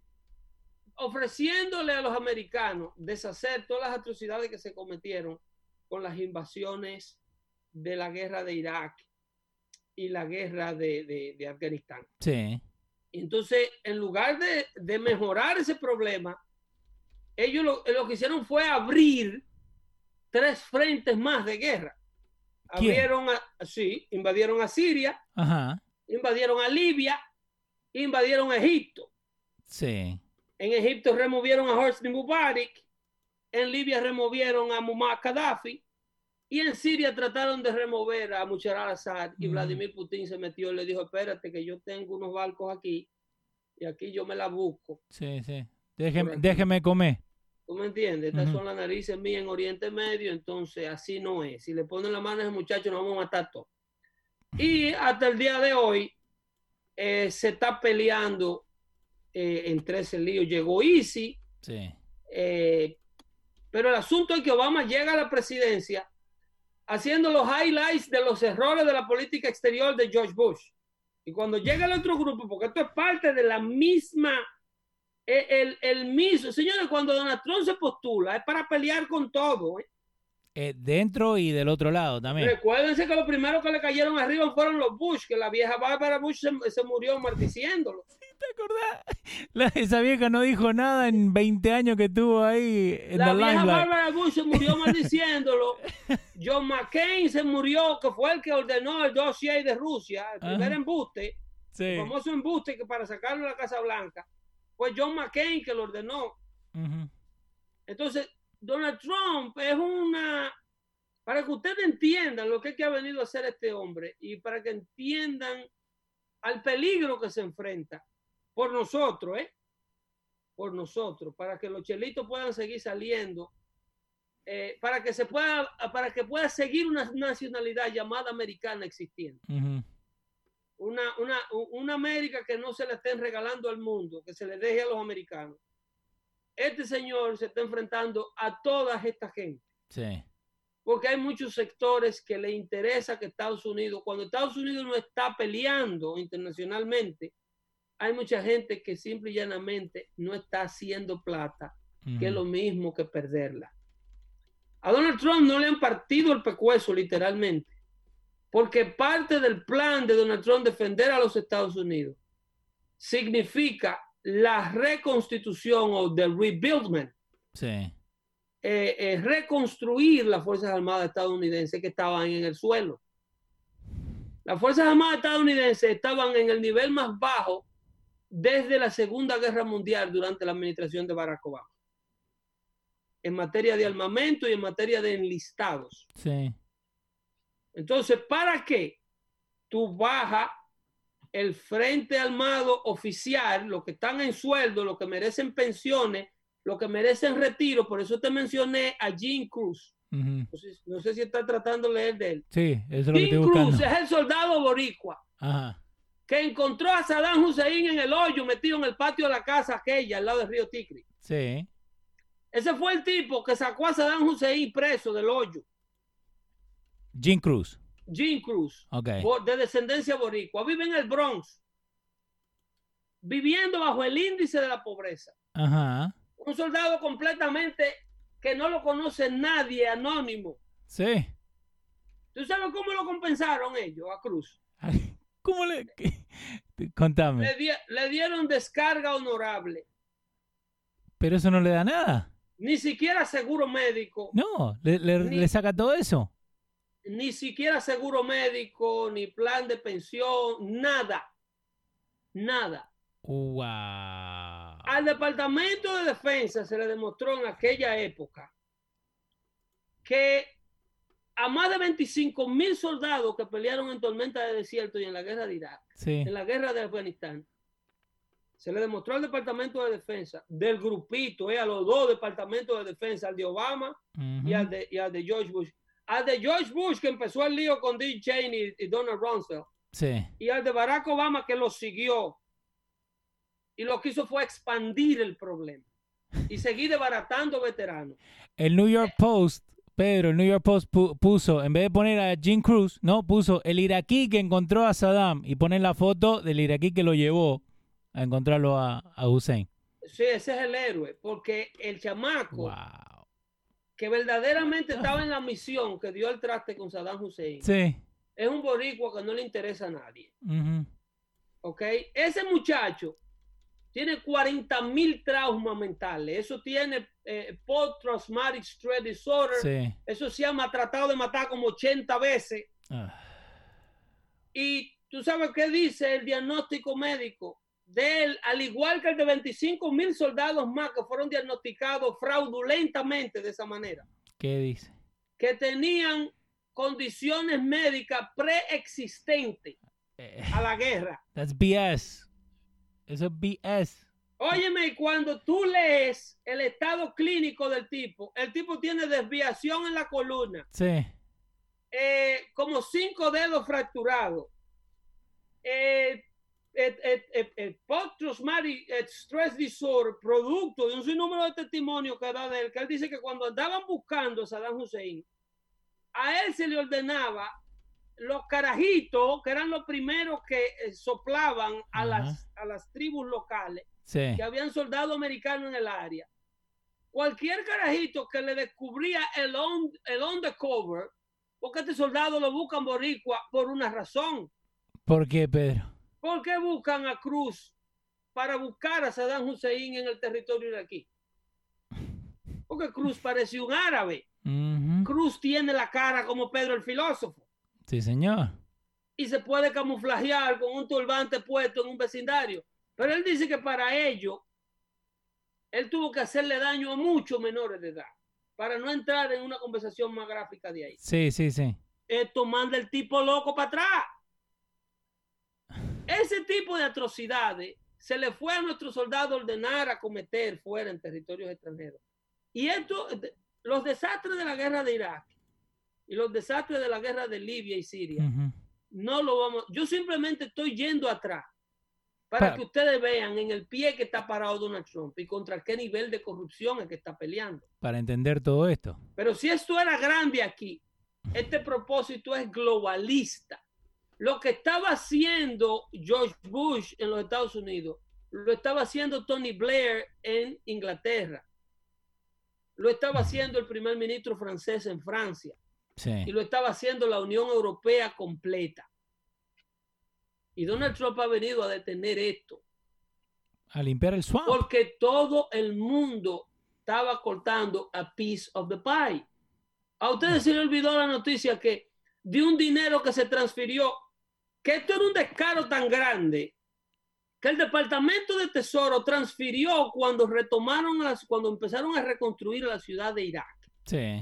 ofreciéndole a los americanos deshacer todas las atrocidades que se cometieron con las invasiones de la guerra de Irak y la guerra de, de, de Afganistán. Sí. Entonces, en lugar de, de mejorar ese problema, ellos lo, lo que hicieron fue abrir tres frentes más de guerra. ¿Quién? Abrieron a, sí, invadieron a Siria, ajá, invadieron a Libia, invadieron a Egipto. Sí. En Egipto removieron a Hosni Mubarak, en Libia removieron a Muammar Gaddafi y en Siria trataron de remover a Bashar al-Assad y mm. Vladimir Putin se metió y le dijo, espérate que yo tengo unos barcos aquí y aquí yo me la busco. Sí, sí. Déjeme, déjeme comer. ¿Tú me entiendes? Estas uh-huh. son las narices mías en Oriente Medio, entonces así no es. Si le ponen la mano a ese muchacho nos vamos a matar todos. Y hasta el día de hoy eh, se está peleando eh, entre ese lío. Llegó Isi, sí. eh, pero el asunto es que Obama llega a la presidencia haciendo los highlights de los errores de la política exterior de George Bush. Y cuando llega el otro grupo, porque esto es parte de la misma, el, el, el mismo, señores, cuando Donald Trump se postula, es para pelear con todo, ¿eh? Eh, dentro y del otro lado también. Recuérdense que los primeros que le cayeron arriba fueron los Bush, que la vieja Bárbara Bush se, se murió maldiciéndolo. Sí, ¿te acordás? La, esa vieja no dijo nada en veinte años que estuvo ahí en la vieja limelight. Bárbara Bush se murió maldiciéndolo. John McCain se murió, que fue el que ordenó el dossier de Rusia, el primer Ajá. embuste, sí. el famoso embuste que para sacarlo de la Casa Blanca. Fue John McCain que lo ordenó. Uh-huh. Entonces, Donald Trump es una... Para que ustedes entiendan lo que, es que ha venido a hacer este hombre y para que entiendan al peligro que se enfrenta por nosotros, ¿eh? Por nosotros, para que los chelitos puedan seguir saliendo, eh, para que se pueda, para que pueda seguir una nacionalidad llamada americana existiendo. Uh-huh. Una, una, una América que no se le estén regalando al mundo, que se le deje a los americanos. Este señor se está enfrentando a toda esta gente. Sí. Porque hay muchos sectores que le interesa que Estados Unidos, cuando Estados Unidos no está peleando internacionalmente, hay mucha gente que simple y llanamente no está haciendo plata, uh-huh. que es lo mismo que perderla. A Donald Trump no le han partido el pescuezo literalmente, porque parte del plan de Donald Trump defender a los Estados Unidos significa la reconstitución o the rebuildment. Sí. Eh, eh, reconstruir las Fuerzas Armadas estadounidenses que estaban en el suelo. Las Fuerzas Armadas estadounidenses estaban en el nivel más bajo desde la Segunda Guerra Mundial durante la administración de Barack Obama. En materia de armamento y en materia de enlistados. Sí. Entonces, ¿para qué tú bajas el frente armado oficial, los que están en sueldo, los que merecen pensiones, los que merecen retiro? Por eso te mencioné a Gene Cruz. Uh-huh. no, sé, no sé si está tratando de leer de él. Sí, eso es lo Gene que estoy buscando. Cruz es el soldado boricua. Ajá. Que encontró a Saddam Hussein en el hoyo metido en el patio de la casa aquella al lado del río Tigre. Sí. Ese fue el tipo que sacó a Saddam Hussein preso del hoyo. Gene Cruz. Gene Cruz, okay. de descendencia boricua, vive en el Bronx, viviendo bajo el índice de la pobreza. Ajá. Un soldado completamente que no lo conoce nadie, anónimo. Sí. ¿Tú sabes cómo lo compensaron ellos a Cruz? ¿Cómo le...? Contame. Le, di le dieron descarga honorable. Pero eso no le da nada. Ni siquiera seguro médico. No, le, le, ni, le saca todo eso. Ni siquiera seguro médico, ni plan de pensión, nada. Nada. Wow. Al Departamento de Defensa se le demostró en aquella época que a más de veinticinco mil soldados que pelearon en tormenta de desierto y en la guerra de Irak, sí. en la guerra de Afganistán, Se le demostró al Departamento de Defensa del grupito, eh, a los dos departamentos de defensa, al de Obama uh-huh. y, al de, y al de George Bush. Al de George Bush, que empezó el lío con Dick Cheney y Donald Rumsfeld. Sí. Y al de Barack Obama, que lo siguió. Y lo que hizo fue expandir el problema. Y seguir desbaratando veteranos. El New York Post, Pedro, el New York Post puso, en vez de poner a Jim Cruz, no, puso el iraquí que encontró a Saddam y poner la foto del iraquí que lo llevó a encontrarlo a, a Hussein. Sí, ese es el héroe, porque el chamaco wow. que verdaderamente estaba en la misión que dio el traste con Saddam Hussein, sí. es un boricua que no le interesa a nadie. Uh-huh. ¿Ok? Ese muchacho tiene cuarenta mil traumas mentales. Eso tiene eh, post-traumatic stress disorder. Sí. Eso se ha tratado de matar como ochenta veces. Uh. Y tú sabes qué dice el diagnóstico médico de él, al igual que el de veinticinco mil soldados más que fueron diagnosticados fraudulentamente de esa manera. ¿Qué dice? Que tenían condiciones médicas preexistentes eh, a la guerra. That's B S. Eso es B S. Óyeme, cuando tú lees el estado clínico del tipo, el tipo tiene desviación en la columna. Sí. Eh, como cinco dedos fracturados. Eh, eh, eh, eh, eh, post-traumatic stress disorder, producto de un sinnúmero de testimonios que da de él, que él dice que cuando andaban buscando a Saddam Hussein, a él se le ordenaba los carajitos, que eran los primeros que eh, soplaban a las, a las tribus locales, sí. que habían soldados americanos en el área. Cualquier carajito que le descubría el on, el undercover, porque este soldado lo buscan boricua por una razón. ¿Por qué, Pedro? ¿Por qué buscan a Cruz para buscar a Saddam Hussein en el territorio iraquí? Porque Cruz parecía un árabe. Uh-huh. Cruz tiene la cara como Pedro el filósofo. Sí, señor. Y se puede camuflajear con un turbante puesto en un vecindario. Pero él dice que para ello, él tuvo que hacerle daño a muchos menores de edad, para no entrar en una conversación más gráfica de ahí. Sí, sí, sí. Esto manda el tipo loco para atrás. Ese tipo de atrocidades se le fue a nuestros soldados ordenar a cometer fuera en territorios extranjeros. Y esto, los desastres de la guerra de Irak y los desastres de la guerra de Libia y Siria, uh-huh. no lo vamos, yo simplemente estoy yendo atrás para pa que ustedes vean en el pie que está parado Donald Trump y contra qué nivel de corrupción es que está peleando. Para entender todo esto. Pero si esto era grande aquí, este propósito es globalista. Lo que estaba haciendo George Bush en los Estados Unidos, lo estaba haciendo Tony Blair en Inglaterra. Lo estaba haciendo el primer ministro francés en Francia. Sí. Y lo estaba haciendo la Unión Europea completa. Y Donald Trump ha venido a detener esto. A limpiar el swamp. Porque todo el mundo estaba cortando a piece of the pie. A ustedes se les olvidó la noticia que de un dinero que se transfirió, que esto era un descaro tan grande, que el Departamento de Tesoro transfirió cuando retomaron las, cuando empezaron a reconstruir la ciudad de Irak. Sí.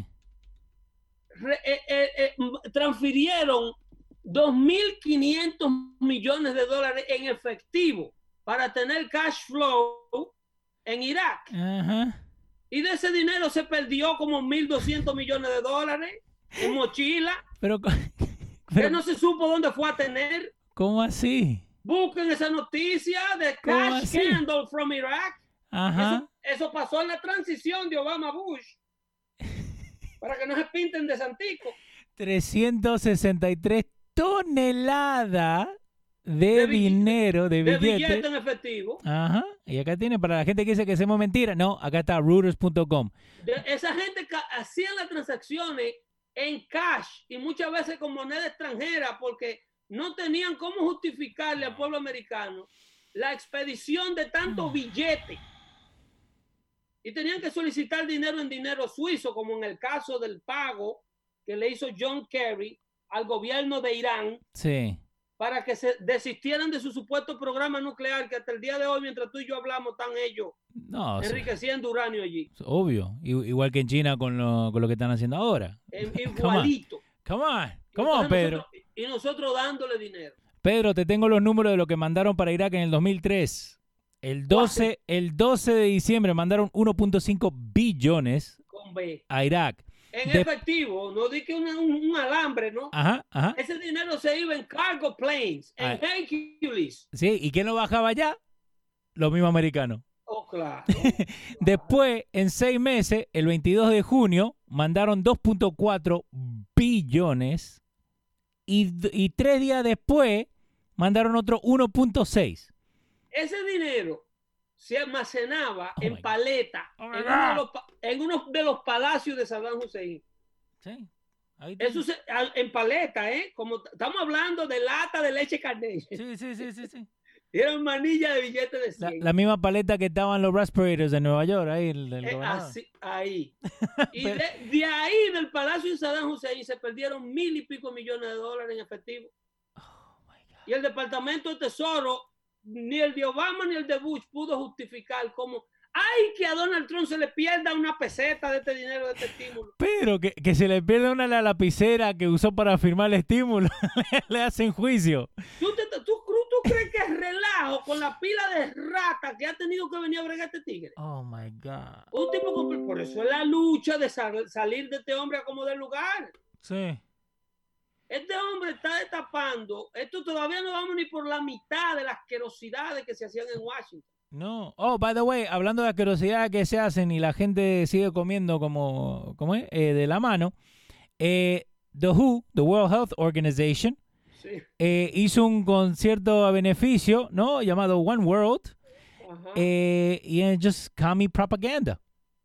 Re, eh, eh, eh, transfirieron dos mil quinientos millones de dólares en efectivo para tener cash flow en Irak. Uh-huh. Y de ese dinero se perdió como mil doscientos millones de dólares en mochila. Pero, pero que no se supo dónde fue a tener. ¿Cómo así? Busquen esa noticia de cash scandal from Iraq. Ajá. Eso, eso pasó en la transición de Obama Bush. Para que no se pinten de santico. trescientas sesenta y tres toneladas de, de dinero, de billete. De billete en efectivo. Ajá. Y acá tiene, para la gente que dice que hacemos mentira, no, acá está Reuters punto com. Esa gente hacían las transacciones en cash y muchas veces con moneda extranjera porque no tenían cómo justificarle al pueblo americano la expedición de tanto billete. Y tenían que solicitar dinero en dinero suizo, como en el caso del pago que le hizo John Kerry al gobierno de Irán. Sí. Para que se desistieran de su supuesto programa nuclear, que hasta el día de hoy, mientras tú y yo hablamos, están ellos no, enriqueciendo sí. uranio allí. Obvio. Igual que en China con lo, con lo que están haciendo ahora. Igualito. Come on. Come on, Pedro. Nosotros, y nosotros dándole dinero. Pedro, te tengo los números de lo que mandaron para Irak en el dos mil tres. El doce, el doce de diciembre mandaron uno punto cinco billones Con B. a Irak. En De- efectivo, no di que un, un, un alambre, ¿no? Ajá, ajá. Ese dinero se iba en cargo planes, en Ah. Hercules. Sí, ¿y quién lo bajaba allá? Los mismos americanos. Oh, claro. Después, en seis meses, el veintidós de junio, mandaron dos punto cuatro billones y, y tres días después mandaron otro uno punto seis. Ese dinero se almacenaba Oh en my paleta Oh my en, uno de God. los, pa- en uno de los palacios de Saddam Hussein. Sí, ahí Eso se, a- en paleta, ¿eh? Como t- estamos hablando de lata de leche Carnation. Sí, sí, sí, sí, sí. Y eran manillas de billetes de La, cien. la misma paleta que estaban los respirators de Nueva York, ahí el, el Eh, gobernador. así, ahí. Y Pero- de, de ahí, del palacio de Saddam Hussein, se perdieron mil y pico millones de dólares en efectivo. Oh, my God. Y el Departamento de Tesoro, ni el de Obama ni el de Bush pudo justificar cómo, ay, que a Donald Trump se le pierda una peseta de este dinero, de este estímulo. Pero que, que se le pierde una la lapicera que usó para firmar el estímulo, le hacen juicio. ¿Tú, te, tú, tú, tú crees que es relajo con la pila de rata que ha tenido que venir a bregar este tigre? Oh my God. Un tipo con, por eso es la lucha de sal, salir de este hombre a como del lugar. Sí. Este hombre está destapando, esto todavía no vamos ni por la mitad de las asquerosidades que se hacían en Washington. No. Oh, by the way, hablando de asquerosidades que se hacen y la gente sigue comiendo como, ¿cómo es? Eh, de la mano. Eh, The W H O, The World Health Organization, Sí. eh, hizo un concierto a beneficio, ¿no? Llamado One World. Ajá. Eh, y es just commie propaganda.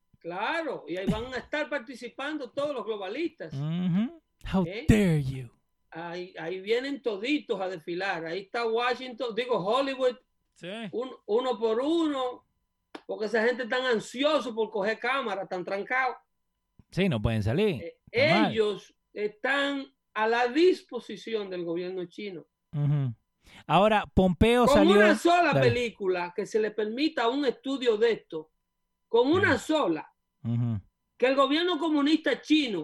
Claro, y ahí van a estar participando todos los globalistas. Mhm. How ¿Eh? dare you? Ahí, ahí vienen toditos a desfilar. Ahí está Washington, digo Hollywood, Sí. un- uno por uno, porque esa gente tan ansioso por coger cámara, tan trancado. Sí, no pueden salir. Eh, Está mal. ellos están a la disposición del gobierno chino. Ujú. Ahora, Pompeo Con salió... una sola Dale. película que se le permita un estudio de esto, con una sola, Ujú. que el gobierno comunista chino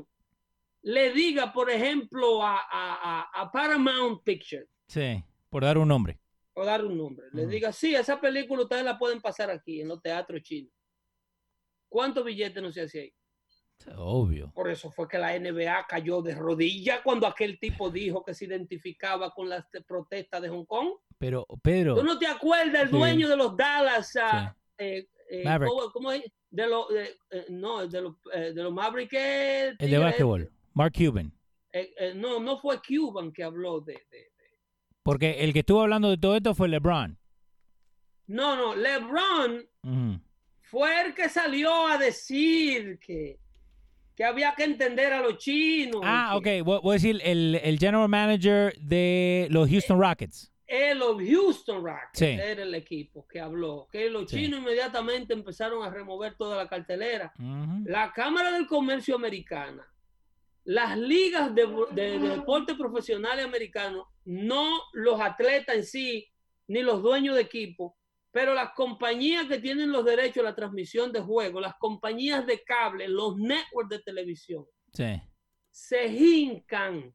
le diga, por ejemplo, a, a, a- a Paramount Pictures, Sí, por dar un nombre. o dar un nombre, le Ujú. diga, sí, esa película ustedes la pueden pasar aquí, en los teatros chinos. ¿Cuántos billetes no se hacía ahí? Obvio. Por eso fue que la N B A cayó de rodillas cuando aquel tipo dijo que se identificaba con las te- protestas de Hong Kong. Pero, Pedro... ¿Tú no te acuerdas el Sí. dueño de los Dallas? ah, Sí. eh, eh, Maverick. ¿cómo, cómo es? De los, de, eh, no, de los, eh, de los Maverick. eh, El de tigre, básquetbol. Mark Cuban. eh, eh, no, no fue Cuban que habló de, de- de- Porque el que estuvo hablando de todo esto fue LeBron. No, no, LeBron Ujú. fue el que salió a decir que, que había que entender a los chinos. Ah, y ok. que Voy voy a decir el, el general manager de los Houston Rockets. el los Houston Rockets Sí. era el equipo que habló. Que los Sí. chinos inmediatamente empezaron a remover toda la cartelera. Ujú. La Cámara del Comercio Americana, las ligas de, de- de deporte profesionales americanos, no los atletas en sí, ni los dueños de equipo, pero las compañías que tienen los derechos a la transmisión de juegos, las compañías de cable, los networks de televisión, Sí. se hincan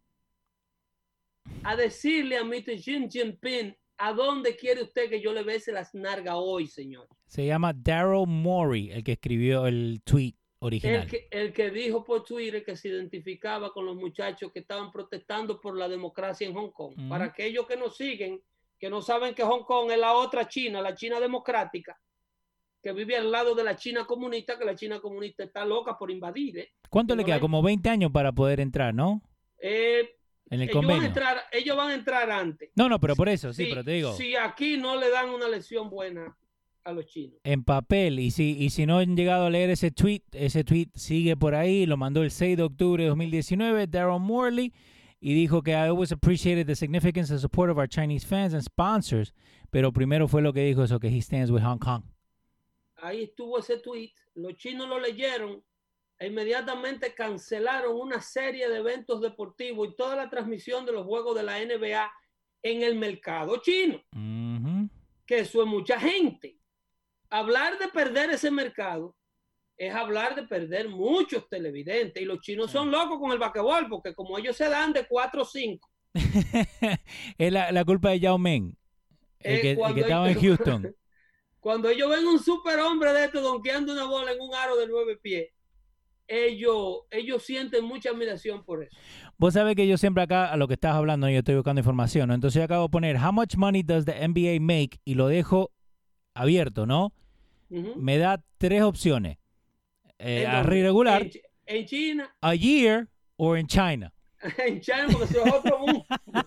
a decirle a mister Xi Jinping, ¿a dónde quiere usted que yo le bese las nalgas hoy, señor? Se llama Daryl Morey, el que escribió el tweet original. El que, el que dijo por Twitter que se identificaba con los muchachos que estaban protestando por la democracia en Hong Kong. Ujú. Para aquellos que nos siguen, que no saben que Hong Kong es la otra China, la China democrática, que vive al lado de la China comunista, que la China comunista está loca por invadir. ¿eh? ¿Cuánto que le no queda? hay- Como veinte años para poder entrar, ¿no? Eh, En el ellos, van a convenio. entrar, ellos van a entrar antes. No, no, pero por eso, sí, Si- pero te digo. Si aquí no le dan una lección buena a los chinos. En papel, y si, y si no han llegado a leer ese tweet, ese tweet sigue por ahí, lo mandó el seis de octubre de dos mil diecinueve, Daryl Morley, y dijo que I always appreciated the significance and support of our Chinese fans and sponsors, pero primero fue lo que dijo eso, que he stands with Hong Kong. Ahí estuvo ese tweet, los chinos lo leyeron e inmediatamente cancelaron una serie de eventos deportivos y toda la transmisión de los juegos de la N B A en el mercado chino, Ujú. que eso es mucha gente. Hablar de perder ese mercado es hablar de perder muchos televidentes y los chinos son locos con el basquetbol porque como ellos se dan de cuatro o cinco. Es la, la culpa de Yao Ming, el Eh, que, el cuando que estaba en ellos- Houston. Cuando ellos ven un superhombre de estos donkeando una bola en un aro de nueve pies, ellos, ellos sienten mucha admiración por eso. Vos sabés que yo siempre acá, a lo que estás hablando, yo estoy buscando información, ¿no? Entonces yo acabo de poner, how much money does the N B A make? Y lo dejo abierto, ¿no? Uh-huh. Me da tres opciones. Eh, ¿En a dónde? regular, En, en China, a year, o en China. en China, porque eso es otro mundo.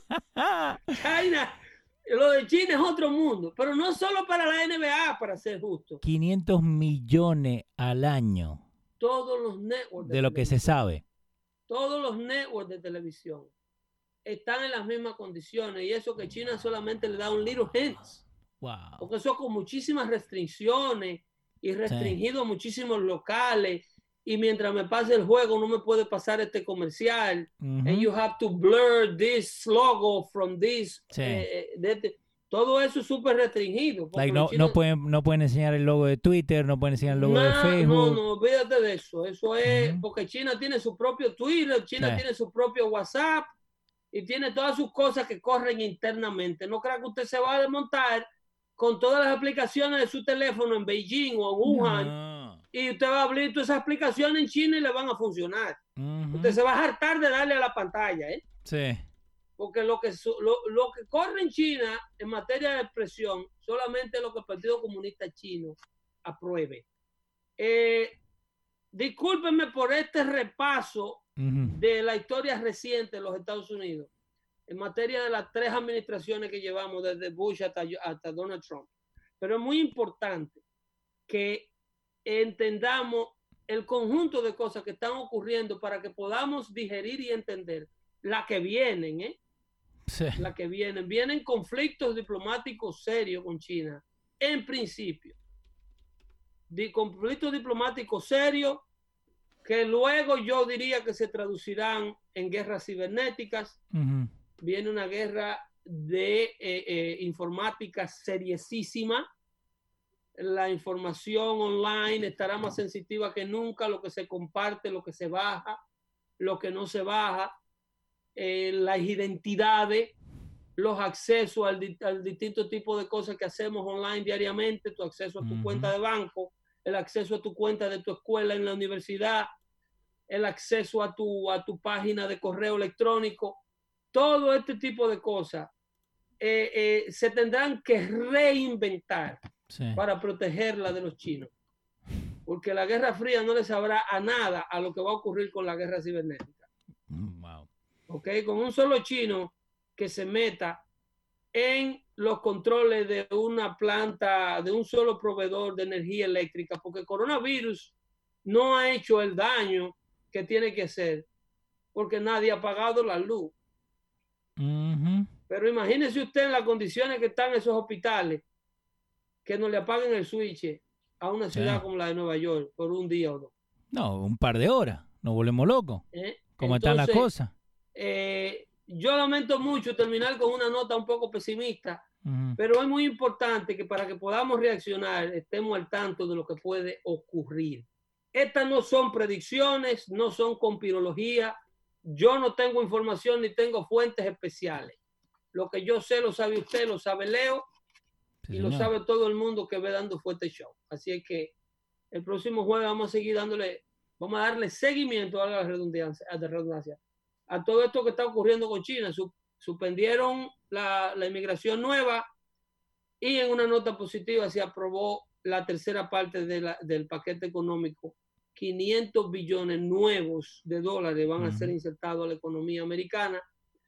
China, lo de China es otro mundo, pero no solo para la N B A, para ser justo. quinientos millones al año. Todos los networks de, de lo que se sabe. Todos los networks de televisión están en las mismas condiciones, y eso que China solamente le da un little hints. Wow. Porque eso con muchísimas restricciones y restringido sí. muchísimos locales, y mientras me pase el juego no me puede pasar este comercial. Uh-huh. And you have to blur this logo from this. Sí. Eh, de, de, todo eso es súper restringido. Like no, chinos, no, pueden, no pueden enseñar el logo de Twitter, no pueden enseñar el logo nah, de Facebook. No, no, olvídate de eso. Eso es uh-huh. porque China tiene su propio Twitter, China sí. tiene su propio WhatsApp y tiene todas sus cosas que corren internamente. No crea que usted se va a desmontar con todas las aplicaciones de su teléfono en Beijing o en Wuhan no. y usted va a abrir todas esas aplicaciones en China y le van a funcionar. Uh-huh. Usted se va a hartar de darle a la pantalla, ¿eh? Sí. Porque lo que, lo, lo que corre en China en materia de expresión solamente lo que el Partido Comunista Chino apruebe. Eh, discúlpenme por este repaso uh-huh. de la historia reciente de los Estados Unidos en materia de las tres administraciones que llevamos desde Bush hasta, hasta Donald Trump. Pero es muy importante que entendamos el conjunto de cosas que están ocurriendo para que podamos digerir y entender la que vienen, ¿eh? Sí. La que vienen. Vienen conflictos diplomáticos serios con China, en principio. De conflictos diplomáticos serios que luego yo diría que se traducirán en guerras cibernéticas. Uh-huh. Viene una guerra de eh, eh, informática seriosísima. La información online estará más sensitiva que nunca, lo que se comparte, lo que se baja, lo que no se baja. Eh, las identidades, los accesos al, al distinto tipo de cosas que hacemos online diariamente, tu acceso a tu uh-huh. cuenta de banco, el acceso a tu cuenta de tu escuela en la universidad, el acceso a tu, a tu página de correo electrónico, todo este tipo de cosas eh, eh, se tendrán que reinventar sí. para protegerla de los chinos, porque la Guerra Fría no le sabrá a nada a lo que va a ocurrir con la guerra cibernética. Wow. Okay, con un solo chino que se meta en los controles de una planta, de un solo proveedor de energía eléctrica, porque el coronavirus no ha hecho el daño que tiene que hacer, porque nadie ha pagado la luz. Uh-huh. Pero imagínese usted en las condiciones que están esos hospitales, que no le apaguen el switch a una ciudad sí. como la de Nueva York por un día o dos. No, un par de horas, nos volvemos locos. ¿Eh? ¿Cómo Entonces, están las cosas? Eh, yo lamento mucho terminar con una nota un poco pesimista, uh-huh. pero es muy importante que para que podamos reaccionar estemos al tanto de lo que puede ocurrir. Estas no son predicciones, no son conspirología. Yo no tengo información ni tengo fuentes especiales. Lo que yo sé lo sabe usted, lo sabe Leo sí, y señor. Lo sabe todo el mundo que ve Dando Fuerte Show. Así es que el próximo jueves vamos a seguir dándole, vamos a darle seguimiento a la redundancia, a la redundancia. a todo esto que está ocurriendo con China. Suspendieron la, la inmigración nueva y en una nota positiva se aprobó la tercera parte de la, del paquete económico. quinientos billones nuevos de dólares van uh-huh. a ser insertados a la economía americana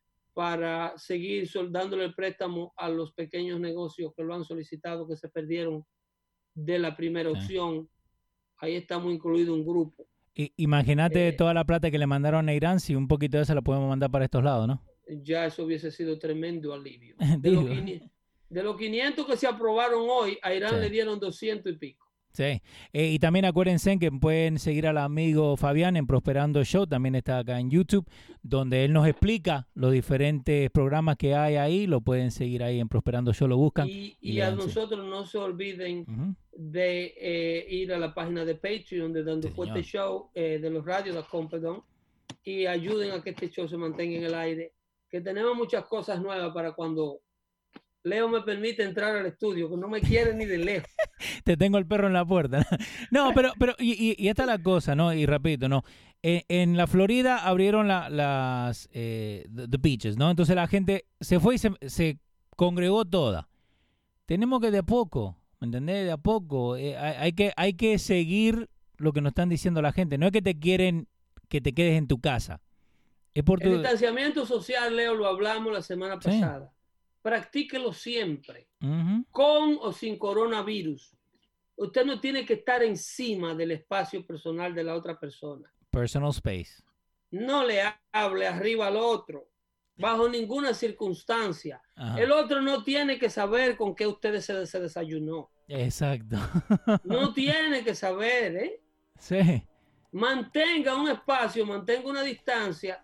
para seguir soldándole el préstamo a los pequeños negocios que lo han solicitado, que se perdieron de la primera sí. opción. Ahí estamos incluido un grupo. I, imagínate eh, toda la plata que le mandaron a Irán, si un poquito de esa la podemos mandar para estos lados, ¿no? Ya eso hubiese sido tremendo alivio. De, los, de los quinientos que se aprobaron hoy, a Irán sí. le dieron doscientos y pico. Sí, eh, y también acuérdense que pueden seguir al amigo Fabián en Prosperando Show, también está acá en YouTube, donde él nos explica los diferentes programas que hay ahí, lo pueden seguir ahí en Prosperando Show, lo buscan. Y, y, y a nosotros no se olviden uh-huh. de eh, ir a la página de Patreon de Dando sí, Fuerte Show, eh, de los radios, perdón, y ayuden a que este show se mantenga en el aire, que tenemos muchas cosas nuevas para cuando Leo me permite entrar al estudio, que no me quiere ni de lejos. Te tengo el perro en la puerta. No, pero, pero y, y, y esta es la cosa, ¿no? Y repito, ¿no? En, en la Florida abrieron la, las eh, the, the beaches, ¿no? Entonces la gente se fue y se, se congregó toda. Tenemos que de a poco, ¿me entendés? De a poco. Eh, hay, hay, que, hay que seguir lo que nos están diciendo la gente. No es que te quieren que te quedes en tu casa. Es por tu... El distanciamiento social, Leo, lo hablamos la semana pasada. Sí. Practíquelo siempre, uh-huh. con o sin coronavirus. Usted no tiene que estar encima del espacio personal de la otra persona. Personal space. No le hable arriba al otro, bajo ninguna circunstancia. Uh-huh. El otro no tiene que saber con qué usted se, se desayunó. Exacto. No tiene que saber, ¿eh? Sí. Mantenga un espacio, mantenga una distancia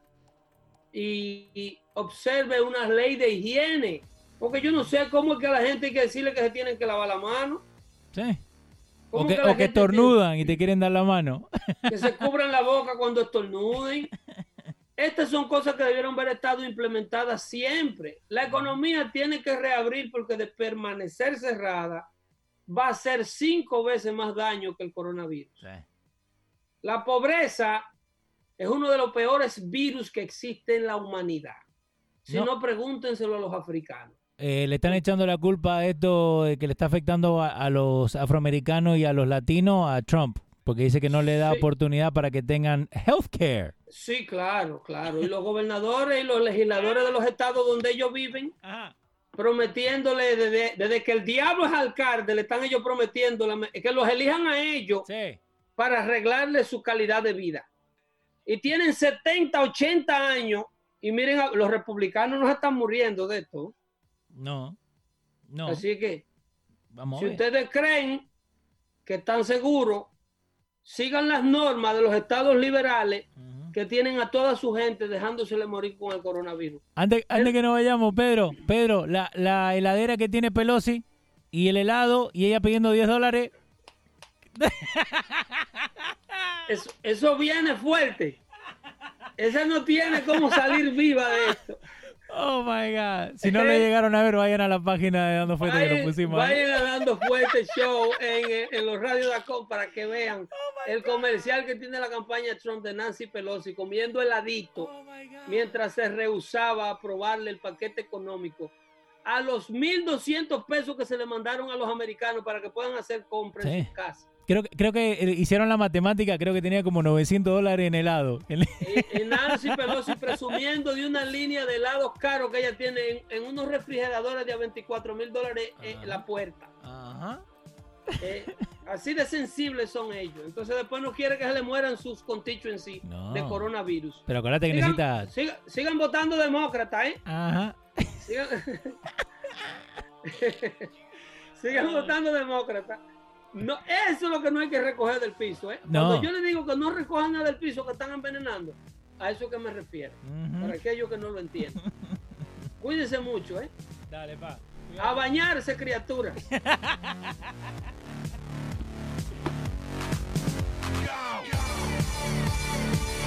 y, y observe una ley de higiene. Porque yo no sé cómo es que a la gente hay que decirle que se tienen que lavar la mano. Sí. O que, que, o que estornudan tiene, y te quieren dar la mano. Que se cubran la boca cuando estornuden. Estas son cosas que debieron haber estado implementadas siempre. La economía tiene que reabrir porque de permanecer cerrada va a hacer cinco veces más daño que el coronavirus. Sí. La pobreza es uno de los peores virus que existe en la humanidad. Si no, no pregúntenselo a los africanos. Eh, le están echando la culpa a esto de que le está afectando a, a los afroamericanos y a los latinos a Trump, porque dice que no le da sí. oportunidad para que tengan healthcare. Sí, claro, claro. Y los gobernadores y los legisladores de los estados donde ellos viven, ajá, prometiéndole desde, desde que el diablo es alcalde, le están ellos prometiendo la, que los elijan a ellos sí. para arreglarle su calidad de vida. Y tienen setenta, ochenta años y miren, los republicanos no se están muriendo de esto. No, no. Así que, vamos si a ver. ustedes creen que están seguros, sigan las normas de los estados liberales uh-huh. que tienen a toda su gente dejándosele morir con el coronavirus. Antes, antes el, que nos vayamos, Pedro, Pedro, la, la heladera que tiene Pelosi y el helado y ella pidiendo diez dólares. Eso, eso viene fuerte. Esa no tiene cómo salir viva de esto. Oh my God. Si no eh, le llegaron a ver, vayan a la página de Dando Fuerte que lo pusimos. Vayan a Dando Fuerte Show en, en los radios de Acon para que vean oh el comercial que tiene la campaña Trump de Nancy Pelosi comiendo heladito oh mientras se rehusaba a aprobarle el paquete económico a los mil doscientos pesos que se le mandaron a los americanos para que puedan hacer compras sí. en sus casas. Creo, creo que hicieron la matemática, creo que tenía como novecientos dólares en helado. Y, y Nancy Pelosi presumiendo de una línea de helados caros que ella tiene en, en unos refrigeradores de a veinticuatro mil dólares en la puerta. Ajá. Eh, así de sensibles son ellos. Entonces después no quiere que se le mueran sus constituencies no. de coronavirus. Pero acuérdate que sigan, necesita... Sigan, sigan votando demócrata, ¿eh? Ajá. Sigan, sigan votando demócrata. No, eso es lo que no hay que recoger del piso, ¿eh? No. Cuando yo le digo que no recojan nada del piso que están envenenando, a eso que me refiero. Uh-huh. Para aquellos que no lo entienden. Cuídense mucho, ¿eh? Dale, pa. A bañarse, criaturas. Go. Go.